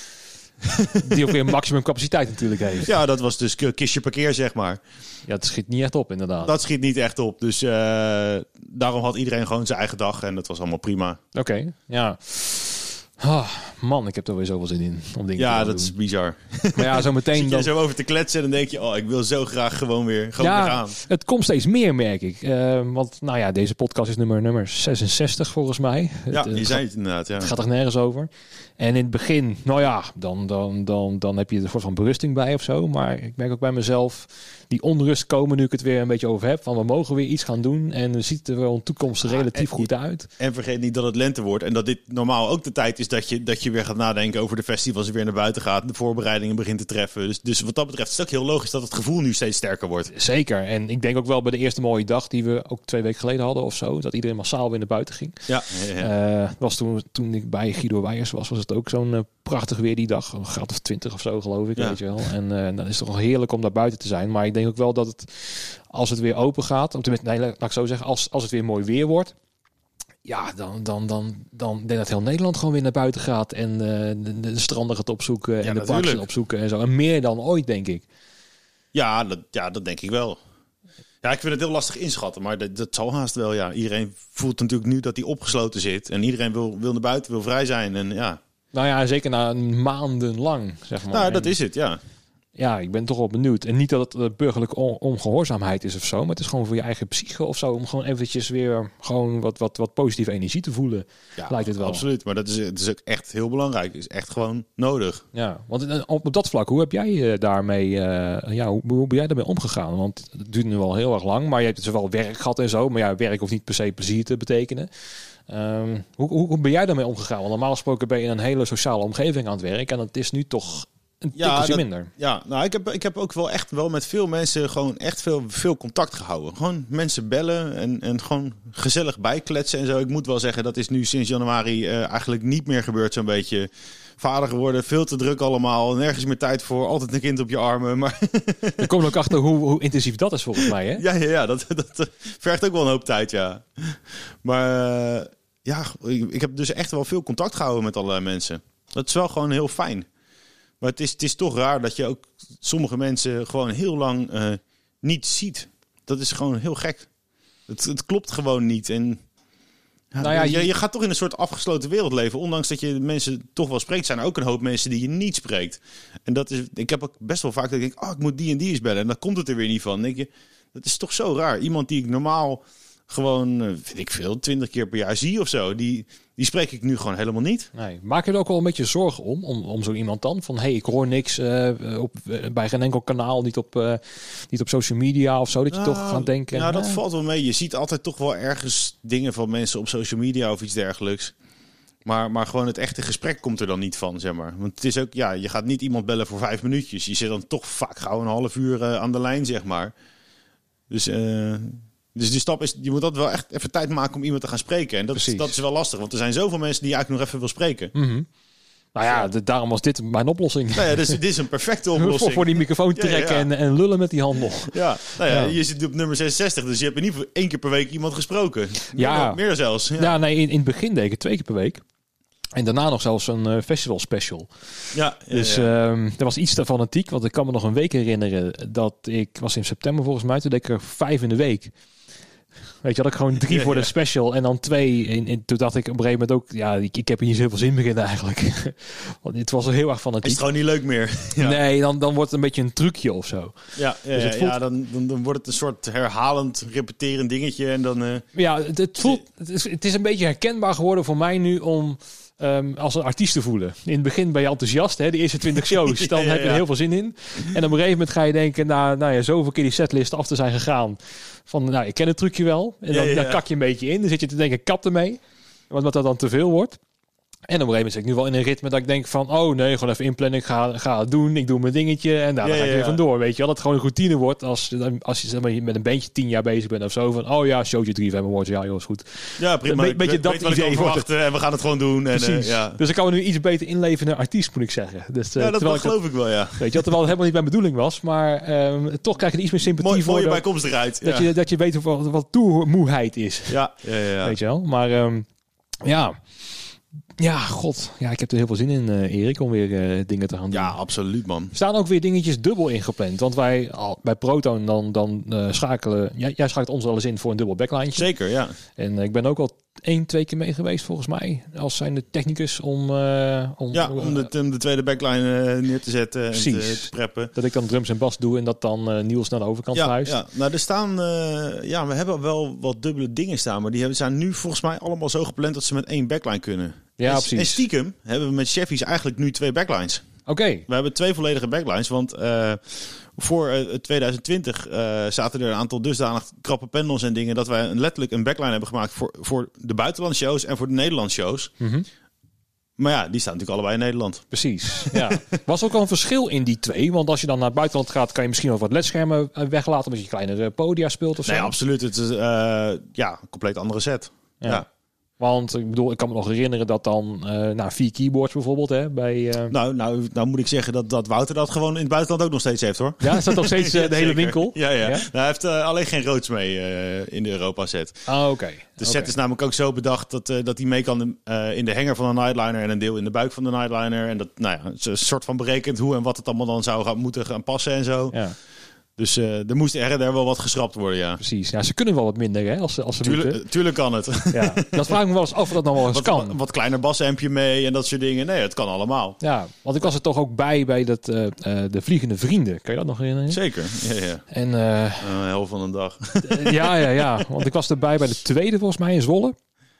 Die ook weer een maximum capaciteit natuurlijk heeft. Ja, dat was dus kistje per keer, zeg maar. Ja, het schiet niet echt op, inderdaad. Dat schiet niet echt op. Dus uh, daarom had iedereen gewoon zijn eigen dag. En dat was allemaal prima. Oké, okay, ja. Oh, man, ik heb er weer zoveel zin in om dingen ja, te dat doen. is bizar. Maar ja, zo meteen zit je dan... zo over te kletsen en dan denk je, oh, ik wil zo graag gewoon weer, gewoon ja, weer gaan. Het komt steeds meer, merk ik. Uh, want, nou ja, deze podcast is nummer, nummer zesenzestig volgens mij. Ja, het, je zei het inderdaad, ja. Het gaat er nergens over. En in het begin, nou ja, dan, dan, dan, dan heb je er een soort van berusting bij of zo. Maar ik merk ook bij mezelf die onrust komen nu ik het weer een beetje over heb. Van we mogen weer iets gaan doen en dan ziet het er wel in toekomst ja, relatief en, goed uit. En vergeet niet dat het lente wordt en dat dit normaal ook de tijd is dat je, dat je weer gaat nadenken over de festivals en weer naar buiten gaat. De voorbereidingen begint te treffen. Dus, dus wat dat betreft is het ook heel logisch dat het gevoel nu steeds sterker wordt. Zeker. En ik denk ook wel bij de eerste mooie dag die we ook twee weken geleden hadden of zo. Dat iedereen massaal weer naar buiten ging. Ja. ja, ja. Uh, was toen, toen ik bij Guido Weijers was, was het ook zo'n uh, prachtig weer die dag. Een graad of twintig of zo geloof ik, ja. weet je wel. En uh, dan is het toch wel heerlijk om daar buiten te zijn. Maar ik denk ook wel dat het, als het weer open gaat, om te met, nee, laat ik zo zeggen, als, als het weer mooi weer wordt, ja, dan, dan, dan, dan denk ik dat heel Nederland gewoon weer naar buiten gaat en uh, de, de stranden gaat opzoeken ja, en de parken gaat opzoeken en zo. En meer dan ooit, denk ik. Ja, dat, ja, dat denk ik wel. Ja, ik vind het heel lastig inschatten, maar dat, dat zal haast wel, ja. Iedereen voelt natuurlijk nu dat hij opgesloten zit en iedereen wil, wil naar buiten, wil vrij zijn en ja. Nou ja, zeker na maandenlang, zeg maar. Nou, dat is het, ja. Ja, ik ben toch wel benieuwd. En niet dat het burgerlijke on- ongehoorzaamheid is of zo, maar het is gewoon voor je eigen psyche of zo, om gewoon eventjes weer gewoon wat, wat, wat positieve energie te voelen. Ja, lijkt het wel. Absoluut, maar dat is, het is ook echt heel belangrijk. Het is echt gewoon nodig. Ja, want op, op dat vlak, hoe heb jij uh, daarmee, uh, ja, hoe, hoe ben jij daarmee omgegaan? Want het duurt nu wel heel erg lang, maar je hebt dus wel werk gehad en zo, maar ja, werk hoeft niet per se plezier te betekenen. Um, hoe, hoe, hoe ben jij daarmee omgegaan? Want normaal gesproken ben je in een hele sociale omgeving aan het werk en het is nu toch een ja, tikkeltje dat, minder. Ja, nou, ik heb, ik heb ook wel echt wel met veel mensen gewoon echt veel, veel contact gehouden. Gewoon mensen bellen en, en gewoon gezellig bijkletsen en zo. Ik moet wel zeggen, dat is nu sinds januari uh, eigenlijk niet meer gebeurd, zo'n beetje. Vader geworden, veel te druk allemaal, nergens meer tijd voor, altijd een kind op je armen. Maar er komt ook achter hoe, hoe intensief dat is volgens mij, hè? Ja, ja, ja dat, dat uh, vergt ook wel een hoop tijd, ja. Maar uh, ja, ik, ik heb dus echt wel veel contact gehouden met allerlei mensen. Dat is wel gewoon heel fijn. Maar het is, het is toch raar dat je ook sommige mensen gewoon heel lang uh, niet ziet. Dat is gewoon heel gek. Het, het klopt gewoon niet. En ja, nou ja, je, je gaat toch in een soort afgesloten wereld leven. Ondanks dat je mensen toch wel spreekt, zijn er ook een hoop mensen die je niet spreekt. En dat is, ik heb ook best wel vaak dat ik denk, oh, ik moet die en die eens bellen. En dan komt het er weer niet van. Dan denk je, dat is toch zo raar. Iemand die ik normaal gewoon, vind ik veel, twintig keer per jaar zie of zo. Die, die spreek ik nu gewoon helemaal niet. Nee. Maak je er ook wel een beetje zorgen om, om, om zo iemand dan? Van, hey, ik hoor niks uh, op, uh, bij geen enkel kanaal, niet op, uh, niet op social media of zo. Dat je nou, toch gaat denken... Nou, dat eh. valt wel mee. Je ziet altijd toch wel ergens dingen van mensen op social media of iets dergelijks. Maar, maar gewoon het echte gesprek komt er dan niet van, zeg maar. Want het is ook, ja, je gaat niet iemand bellen voor vijf minuutjes. Je zit dan toch vaak gauw een half uur uh, aan de lijn, zeg maar. Dus... Uh, Dus die stap is, je moet dat wel echt even tijd maken om iemand te gaan spreken. En dat, is, dat is wel lastig, want er zijn zoveel mensen die je eigenlijk nog even wil spreken. Mm-hmm. Nou ja, de, daarom was dit mijn oplossing. Nou ja, dus dit is een perfecte oplossing. voor, voor die microfoon trekken ja, ja, ja. En, en lullen met die hand nog. Ja, nou ja, ja, je zit op nummer zesenzestig, dus je hebt in ieder geval één keer per week iemand gesproken. Ja. Meer, meer zelfs. Ja, ja nee, in, in het begin deed ik het twee keer per week. En daarna nog zelfs een uh, festival special. Ja, ja dus ja. Um, er was iets te fanatiek, want ik kan me nog een week herinneren dat ik was in september volgens mij, toen deed ik er vijf in de week. Weet je, had ik gewoon drie ja, voor de ja. special en dan twee. En, en toen dacht ik op een gegeven moment ook, ja, ik, ik heb hier niet zoveel zin meer in eigenlijk. Want het was heel erg fanatiek. Is het gewoon niet leuk meer? Ja. Nee, dan, dan wordt het een beetje een trucje of zo. Ja, ja, dus het voelt... ja dan, dan, dan wordt het een soort herhalend, repeterend dingetje. En dan, uh... Ja, het, het, voelt, het, is, het is een beetje herkenbaar geworden voor mij nu om... Um, als een artiest te voelen. In het begin ben je enthousiast, hè? De eerste twintig shows. Dan ja, ja, ja. heb je er heel veel zin in. En op een gegeven moment ga je denken... na nou ja, zoveel keer die setlist af te zijn gegaan... van, nou, ik ken het trucje wel. En dan, ja, ja. dan kak je een beetje in. Dan zit je te denken, kap ermee. Want dat dan te veel wordt. En op een gegeven moment zit ik nu wel in een ritme dat ik denk van... oh nee, gewoon even inplannen, ik ga, ga het doen. Ik doe mijn dingetje en daar ja, ga ik ja, weer ja. vandoor. Weet je wel, dat het gewoon een routine wordt... als, als je zeg maar, met een bandje tien jaar bezig bent of zo... van oh ja, showtje drie van wordt ja, joh, is goed. Ja, prima. Een beetje dat idee verwachten en we gaan het gewoon doen. En, Precies. Uh, ja. Dus ik kan me nu iets beter inleven naar artiest, moet ik zeggen. Dus, uh, ja, dat wel, ik geloof dat, ik wel, ja. Weet je, dat terwijl het helemaal niet mijn bedoeling was... maar um, toch krijg je er iets meer sympathie Mooi, voor. Mooie bijkomstigheid. Dat, ja. je, dat je weet wat, wat toemoeheid is. Ja, ja, ja, ja. Weet je wel, maar um, ja... Ja, god. Ja, ik heb er heel veel zin in, uh, Erik, om weer uh, dingen te gaan doen. Ja, absoluut, man. Er staan ook weer dingetjes dubbel ingepland. Want wij al, bij Proton dan, dan uh, schakelen... Jij, jij schakelt ons wel eens in voor een dubbel backline. Zeker, ja. En uh, ik ben ook al één, twee keer mee geweest, volgens mij. Als zijnde technicus om... Uh, om ja, om de, om de tweede backline uh, neer te zetten en te, te preppen. Dat ik dan drums en bas doe en dat dan uh, Niels naar de overkant ja, verhuist. Ja, nou er staan... Uh, ja, we hebben wel wat dubbele dingen staan. Maar die hebben, zijn nu volgens mij allemaal zo gepland dat ze met één backline kunnen. Ja, en, precies. En stiekem hebben we met Cheffies eigenlijk nu twee backlines. Oké. Okay. We hebben twee volledige backlines, want uh, voor uh, twintig twintig uh, zaten er een aantal dusdanig krappe pendels en dingen dat wij een, letterlijk een backline hebben gemaakt voor, voor de buitenlandse shows en voor de Nederlandse shows. Mm-hmm. Maar ja, die staan natuurlijk allebei in Nederland. Precies, ja. Was ook al een verschil in die twee? Want als je dan naar het buitenland gaat, kan je misschien wel wat ledschermen weglaten, omdat je kleinere podia speelt of zo. Nee, absoluut. Het is uh, ja, een compleet andere set. Ja. ja. Want ik bedoel, ik kan me nog herinneren dat dan uh, nou, vier keyboards bijvoorbeeld hè, bij. Uh... Nou, nou, nou moet ik zeggen dat, dat Wouter dat gewoon in het buitenland ook nog steeds heeft, hoor. Ja, is dat nog steeds uh, de hele winkel? Ja, ja. ja? Nou, hij heeft uh, alleen geen Rhodes mee uh, in de Europa set. Ah, oké. Okay. De set okay. is namelijk ook zo bedacht dat, uh, dat hij mee kan uh, in de hanger van de Nightliner en een deel in de buik van de Nightliner. En dat, nou ja, het is een soort van berekend hoe en wat het allemaal dan zou gaan, moeten gaan passen en zo. Ja. Dus uh, er moest er, er wel wat geschrapt worden, ja. Precies. Ja, ze kunnen wel wat minder, hè, als ze, als ze tuurlijk, moeten. Tuurlijk kan het. Ja, dat vraag ik me wel eens af of dat nog wel eens wat, kan. Wat, wat kleiner basampje mee en dat soort dingen. Nee, het kan allemaal. Ja, want ik was er toch ook bij bij dat, uh, uh, de Vliegende Vrienden. Kan je dat nog herinneren? Zeker, ja, ja. En, uh, uh, hel van een dag. uh, ja, ja, ja. Want ik was erbij bij de tweede, volgens mij, in Zwolle.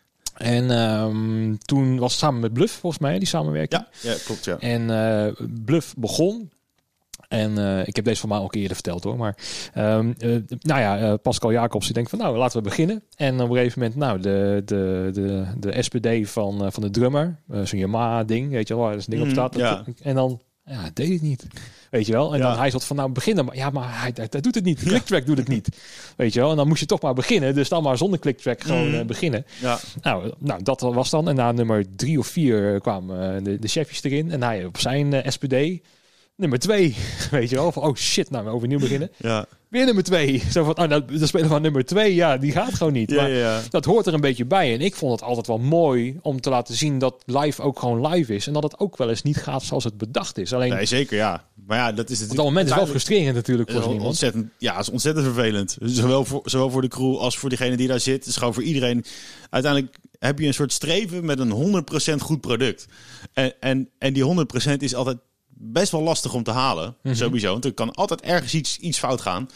En um, toen was het samen met Bluff, volgens mij, die samenwerking. Ja, ja klopt, ja. En uh, Bluff begon... En uh, ik heb deze van mij al een keer eerder verteld hoor. Maar um, uh, nou ja, uh, Pascal Jacobs die denkt van nou laten we beginnen. En op een gegeven moment nou de, de, de, de S P D van, uh, van de drummer. Uh, zo'n Yamaha ding, weet je wel, waar dus een ding mm, op staat. Ja. En dan Ja, het deed het niet. Weet je wel? En ja. dan hij zat van, nou beginnen. Maar ja, maar hij, hij, hij doet het niet. Clicktrack doet het niet. Weet je wel? En dan moest je toch maar beginnen. Dus dan maar zonder clicktrack gewoon mm. uh, beginnen. Ja. Nou, nou, dat was dan. En na nummer drie of vier kwamen uh, de, de chefjes erin. En hij op zijn uh, S P D... Nummer twee, weet je wel. Van, oh shit, nou we overnieuw beginnen. Ja. Weer nummer twee. Zo van, oh, nou, de speler van nummer twee, ja, die gaat gewoon niet. Ja, maar ja, ja. dat hoort er een beetje bij. En ik vond het altijd wel mooi om te laten zien dat live ook gewoon live is. En dat het ook wel eens niet gaat zoals het bedacht is. Alleen, nee, zeker, ja. Maar ja, dat is het. Op dat moment is wel frustrerend natuurlijk voor iemand. Ontzettend, ja, het is ontzettend vervelend. Zowel voor, zowel voor de crew als voor diegene die daar zit. Het is gewoon voor iedereen. Uiteindelijk heb je een soort streven met een honderd procent goed product. En, en, en die honderd procent is altijd best wel lastig om te halen. Mm-hmm. Sowieso. Want er kan altijd ergens iets, iets fout gaan.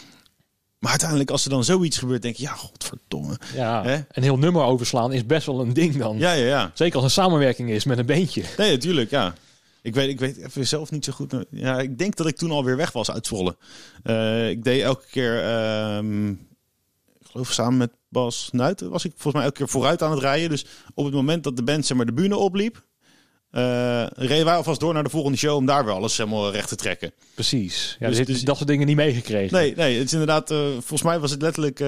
Maar uiteindelijk, als er dan zoiets gebeurt, denk je, ja, godverdomme. Ja, Hè? Een heel nummer overslaan is best wel een ding dan. Ja, ja, ja. Zeker als een samenwerking is met een beentje. Nee, natuurlijk, ja. Ik weet, ik weet even zelf niet zo goed. Ja, ik denk dat ik toen alweer weg was uit Zwolle. Uh, ik deed elke keer, um, ik geloof samen met Bas Nuiten, was ik volgens mij elke keer vooruit aan het rijden. Dus op het moment dat de band zeg maar de bühne opliep, Uh, reden wij alvast door naar de volgende show om daar weer alles helemaal recht te trekken. Precies. Ja, dus, dus, dus dat soort dingen niet meegekregen. Nee, nee, het is inderdaad, uh, volgens mij was het letterlijk, uh,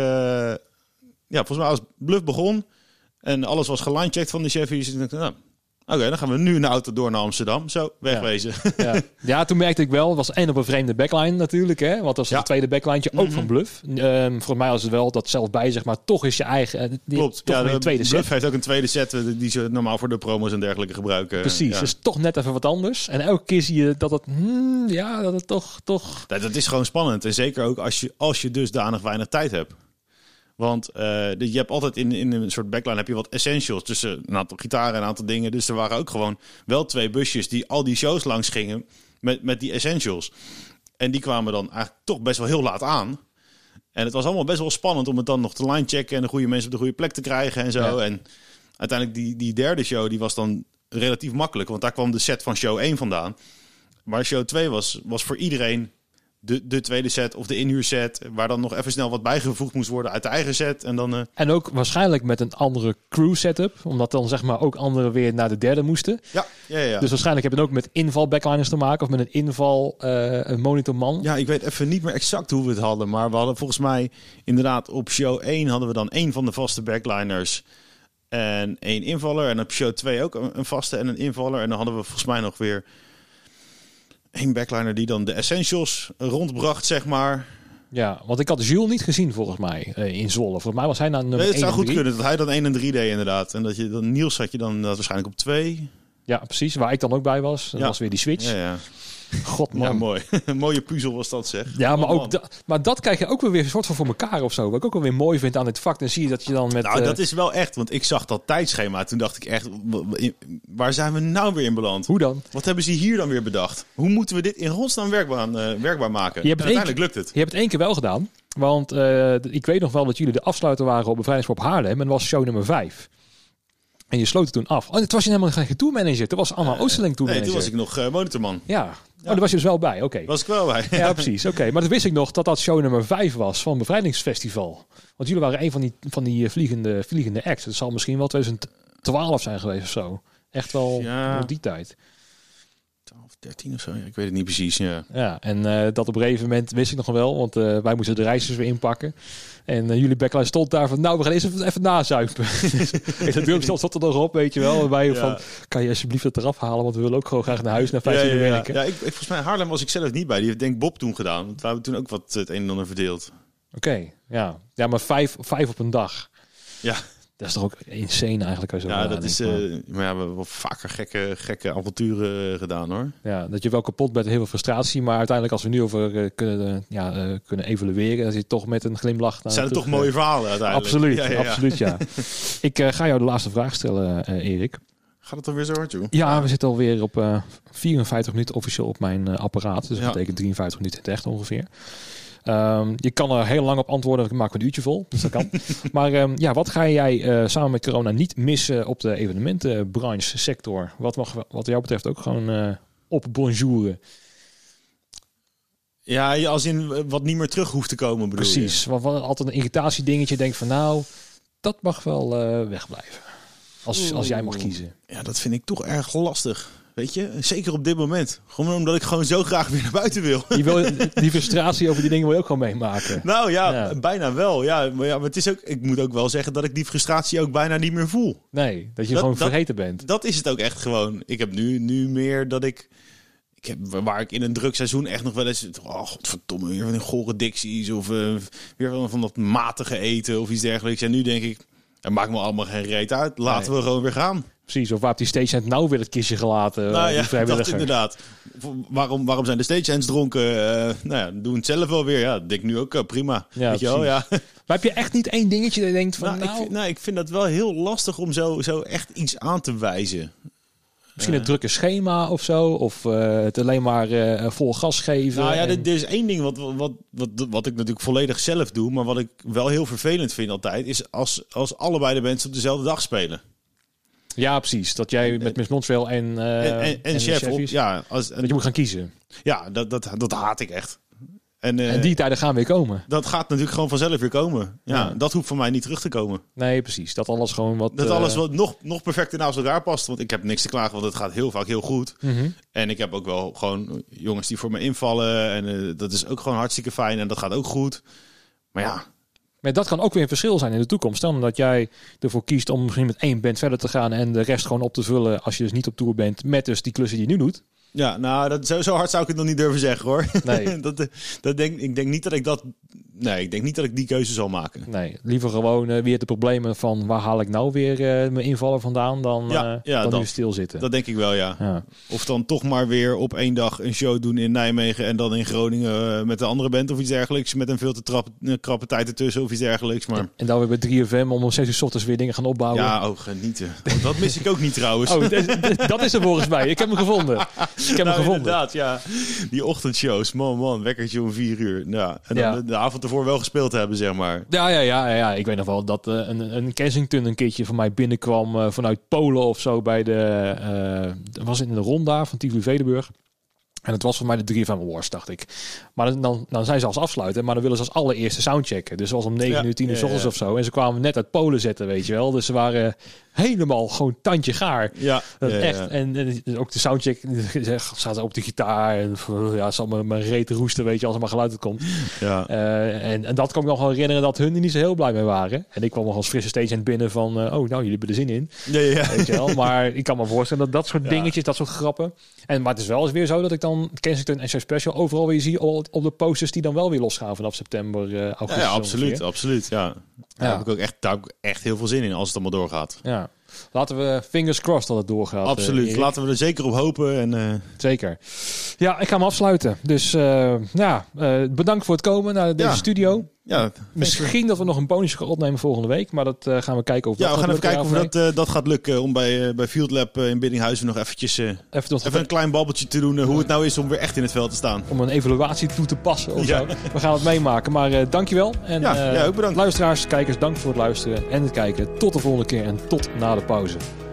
ja, volgens mij als Bluff begon en alles was gelinecheckt van de chefjes. En ik dacht, nou, oké, okay, dan gaan we nu in de auto door naar Amsterdam. Zo, wegwezen. Ja, ja. ja toen merkte ik wel, het was één op een vreemde backline natuurlijk, hè? Want dat was ja. het tweede backline ook mm-hmm. van Bluff. Um, volgens mij was het wel dat zelf bij, zeg maar, toch is je eigen. Die, Klopt. Toch ja, een tweede Bluff set. heeft ook een tweede set die ze normaal voor de promos en dergelijke gebruiken. Precies, ja. dus toch net even wat anders. En elke keer zie je dat het, hmm, ja, dat het toch, toch. Dat, dat is gewoon spannend. En zeker ook als je, als je dusdanig weinig tijd hebt. Want uh, je hebt altijd in, in een soort backline heb je wat essentials tussen een aantal gitaren en een aantal dingen. Dus er waren ook gewoon wel twee busjes die al die shows langs gingen met, met die essentials. En die kwamen dan eigenlijk toch best wel heel laat aan. En het was allemaal best wel spannend om het dan nog te line checken en de goede mensen op de goede plek te krijgen en zo. Ja. En uiteindelijk die, die derde show die was dan relatief makkelijk, want daar kwam de set van show één vandaan. Maar show twee was, was voor iedereen De, de tweede set of de inhuurset, waar dan nog even snel wat bijgevoegd moest worden uit de eigen set. En, dan, uh... en ook waarschijnlijk met een andere crew setup, omdat dan zeg maar ook anderen weer naar de derde moesten. Ja, ja, ja. Dus waarschijnlijk heb je het ook met inval backliners te maken of met een inval uh, een monitorman. Ja, ik weet even niet meer exact hoe we het hadden, maar we hadden volgens mij inderdaad op show één hadden we dan één van de vaste backliners en één invaller. En op show twee ook een vaste en een invaller. En dan hadden we volgens mij nog weer één backliner die dan de essentials rondbracht, zeg maar. Ja, want ik had Jules niet gezien volgens mij uh, in Zwolle. Volgens mij was hij naar nummer nee, het één zou goed drie. kunnen dat hij dan één en drie deed inderdaad. En dat je dan Niels had je dan dat waarschijnlijk op twee. Ja, precies. Waar ik dan ook bij was. Dat ja. was weer die switch. Ja, ja. God, man. Ja, mooi. Een mooie puzzel was dat, zeg. Ja, maar, oh, ook da- maar dat krijg je ook wel weer een soort van voor elkaar of zo. Wat ik ook wel weer mooi vind aan dit vak. Dan zie je dat je dan met... Nou, uh... dat is wel echt. Want ik zag dat tijdschema. Toen dacht ik echt, waar zijn we nou weer in beland? Hoe dan? Wat hebben ze hier dan weer bedacht? Hoe moeten we dit in godsnaam werkbaar, uh, werkbaar maken? Je hebt en uiteindelijk lukt het. Je hebt het één keer wel gedaan. Want uh, ik weet nog wel dat jullie de afsluiter waren op Bevrijdingspop Haarlem. En dat was show nummer vijf. En je sloot het toen af. Oh, het was je helemaal geen tourmanager. Toen was allemaal uh, Oosterling tourmanager. Nee, toen was ik nog uh, monitorman. Ja. Oh, daar was je dus wel bij. Oké. Okay. Was ik wel bij. Ja, precies. Oké. Okay. Maar dan wist ik nog dat dat show nummer vijf was van Bevrijdingsfestival. Want jullie waren een van die, van die vliegende, vliegende acts. Het zal misschien wel twintig twaalf zijn geweest of zo. Echt wel ja. rond die tijd. twaalf, dertien of zo. Ja, ik weet het niet precies. Ja, ja en uh, dat op een gegeven moment wist ik nog wel. Want uh, wij moesten de reizigers weer inpakken. En uh, jullie backline stond daar van, nou, we gaan eerst even, even nazuipen. En natuurlijk stond, stond er nog op, weet je wel. En wij ja. van, kan je alsjeblieft het eraf halen? Want we willen ook gewoon graag naar huis na vijf uur ja, ja, werken. Ja, ja ik, ik, volgens mij Haarlem was ik zelf niet bij. Die heeft denk Bob toen gedaan. Want we hebben toen ook wat het een en ander verdeeld. Oké, okay, ja. Ja, maar vijf, vijf op een dag. Ja. Dat is toch ook insane eigenlijk. Als je ja, dat is, uh, maar ja, we hebben vaker gekke, gekke avonturen gedaan, hoor. Ja, dat je wel kapot bent, heel veel frustratie. Maar uiteindelijk, als we nu over uh, kunnen, uh, ja, uh, kunnen evalueren, dan zit je toch met een glimlach. Zijn er terug, toch mooie uh, verhalen uiteindelijk? Absoluut, ja, ja, ja. absoluut, ja. Ik uh, ga jou de laatste vraag stellen, uh, Erik. Gaat het alweer zo hard, joh? Ja, we zitten alweer op uh, vierenvijftig minuten officieel op mijn uh, apparaat. Dus dat ja. betekent drieënvijftig minuten in het echt ongeveer. Um, je kan er heel lang op antwoorden. Ik maak een uurtje vol. Dus dat kan. Maar um, ja, wat ga jij uh, samen met corona niet missen op de evenementenbranche sector? Wat mag wat jou betreft ook gewoon uh, op bonjouren? Ja, als in wat niet meer terug hoeft te komen, bedoel je? Precies. Wat, wat altijd een irritatiedingetje. Denk van nou, dat mag wel uh, wegblijven. Als, als jij mag kiezen. Ja, dat vind ik toch erg lastig. Weet je, zeker op dit moment. Gewoon omdat ik gewoon zo graag weer naar buiten wil. Je wil die frustratie over die dingen wil je ook gewoon meemaken. Nou ja, ja, bijna wel. Ja, maar, ja, maar het is ook, ik moet ook wel zeggen dat ik die frustratie ook bijna niet meer voel. Nee, dat je dat, gewoon dat, vergeten bent. Dat is het ook echt gewoon. Ik heb nu, nu meer dat ik... Ik heb, waar ik in een druk seizoen echt nog wel eens... Oh, godverdomme, weer van een gore dicties of uh, weer van dat matige eten of iets dergelijks. En nu denk ik, het maakt me allemaal geen reet uit. Laten nee. we gewoon weer gaan. Precies, of waar op die stagehands nou weer het kistje gelaten? Nou ja, dat inderdaad. Waarom, waarom zijn de stagehands dronken? Uh, nou ja, doen het zelf wel weer. Ja, dat denk ik nu ook uh, prima. Ja, weet je wel, ja. Maar heb je echt niet één dingetje dat je denkt van... Nou, nou... Ik, vind, nou, ik vind dat wel heel lastig om zo, zo echt iets aan te wijzen. Misschien een drukke schema of zo. Of uh, het alleen maar uh, vol gas geven. Nou ja, en... er, er is één ding wat, wat, wat, wat ik natuurlijk volledig zelf doe. Maar wat ik wel heel vervelend vind altijd. Is als, als allebei de bands op dezelfde dag spelen. Ja, precies. Dat jij met Miss Montreal en, uh, en, en, en, en chef op, ja, als, en, dat je moet gaan kiezen. Ja, dat, dat, dat haat ik echt. En, uh, en die tijden gaan weer komen. Dat gaat natuurlijk gewoon vanzelf weer komen. Ja, ja. Dat hoeft voor mij niet terug te komen. Nee, precies. Dat alles gewoon wat... Dat alles wat nog, nog perfecter naast elkaar past. Want ik heb niks te klagen, want het gaat heel vaak heel goed. Mm-hmm. En ik heb ook wel gewoon jongens die voor me invallen. En uh, dat is ook gewoon hartstikke fijn. En dat gaat ook goed. Maar ja... Maar dat kan ook weer een verschil zijn in de toekomst. Dan dat jij ervoor kiest om misschien met één band verder te gaan... en de rest gewoon op te vullen als je dus niet op tour bent... met dus die klussen die je nu doet. Ja, nou, dat, zo, zo hard zou ik het nog niet durven zeggen, hoor. Nee. dat, dat denk, ik denk niet dat ik dat... Nee, ik denk niet dat ik die keuze zal maken. Nee, liever gewoon uh, weer de problemen van... waar haal ik nou weer uh, mijn invallen vandaan... dan, ja, uh, ja, dan dat, nu stilzitten. Dat denk ik wel, ja. ja. Of dan toch maar weer op één dag een show doen in Nijmegen... en dan in Groningen uh, met de andere band of iets dergelijks... met een veel te trap, uh, krappe tijd ertussen of iets dergelijks. Maar... En, en dan weer bij drie F M om om zes uur 's ochtends weer dingen gaan opbouwen. Ja, oh, genieten. Oh, dat mis ik ook niet trouwens. Oh, dat, dat is er volgens mij. Ik heb hem gevonden. Ik heb nou, hem gevonden. Inderdaad, ja. Die ochtendshows, man, man, wekkertje om vier uur. Ja. En dan ja. de, de avond ervoor wel gespeeld hebben, zeg maar. Ja, ja, ja, ja. Ik weet nog wel dat uh, een, een Kensington een keertje van mij binnenkwam uh, vanuit Polen of zo bij de... Uh, was het in de Ronda van Tivoli Vredenburg. En het was voor mij de drie F M Awards, dacht ik. Maar dan, dan zijn ze als afsluiten, maar dan willen ze als allereerste soundchecken. Dus zoals om negen ja, uur, tien uur ja, s ochtends ja. of zo. En ze kwamen net uit Polen zetten, weet je wel. Dus ze waren helemaal gewoon tandje gaar. Ja, dat ja, echt. Ja. En, en ook de soundcheck zaten op de gitaar. En ja, zal mijn, mijn reet roesten, weet je, als er maar geluid komt. Ja. Uh, en, en dat kan ik me nog wel herinneren dat hun er niet zo heel blij mee waren. En ik kwam nog als frisse stage binnen van, uh, oh, nou, jullie hebben er zin in. Ja, ja. Weet je wel. Maar ik kan me voorstellen dat dat soort ja. dingetjes, dat soort grappen. En, maar het is wel eens weer zo dat ik dan Kensington en Chef Special overal weer zie op, op de posters die dan wel weer losgaan vanaf september, uh, augustus. Ja, ja absoluut, ongeveer. absoluut. Ja. Ja. Daar heb ik ook echt, daar heb ik echt heel veel zin in als het allemaal doorgaat. Ja. Laten we fingers crossed dat het doorgaat. Absoluut. Uh, Laten we er zeker op hopen. En, uh... Zeker. Ja, ik ga hem afsluiten. Dus uh, ja, uh, bedankt voor het komen naar deze ja. studio. Ja, misschien dat we nog een bonus gaan opnemen volgende week. Maar dat uh, gaan we kijken of ja, dat we gaan even kijken of dat, uh, dat gaat lukken. Om bij, uh, bij Field Lab uh, in Biddinghuizen nog eventjes uh, even, even een klein babbeltje te doen. Uh, hoe het nou is om weer echt in het veld te staan. Om een evaluatie toe te passen of ja. zo. We gaan het meemaken. Maar uh, dankjewel. En ja, uh, ja, ook bedankt. Luisteraars, kijkers, dank voor het luisteren en het kijken. Tot de volgende keer en tot na de pauze.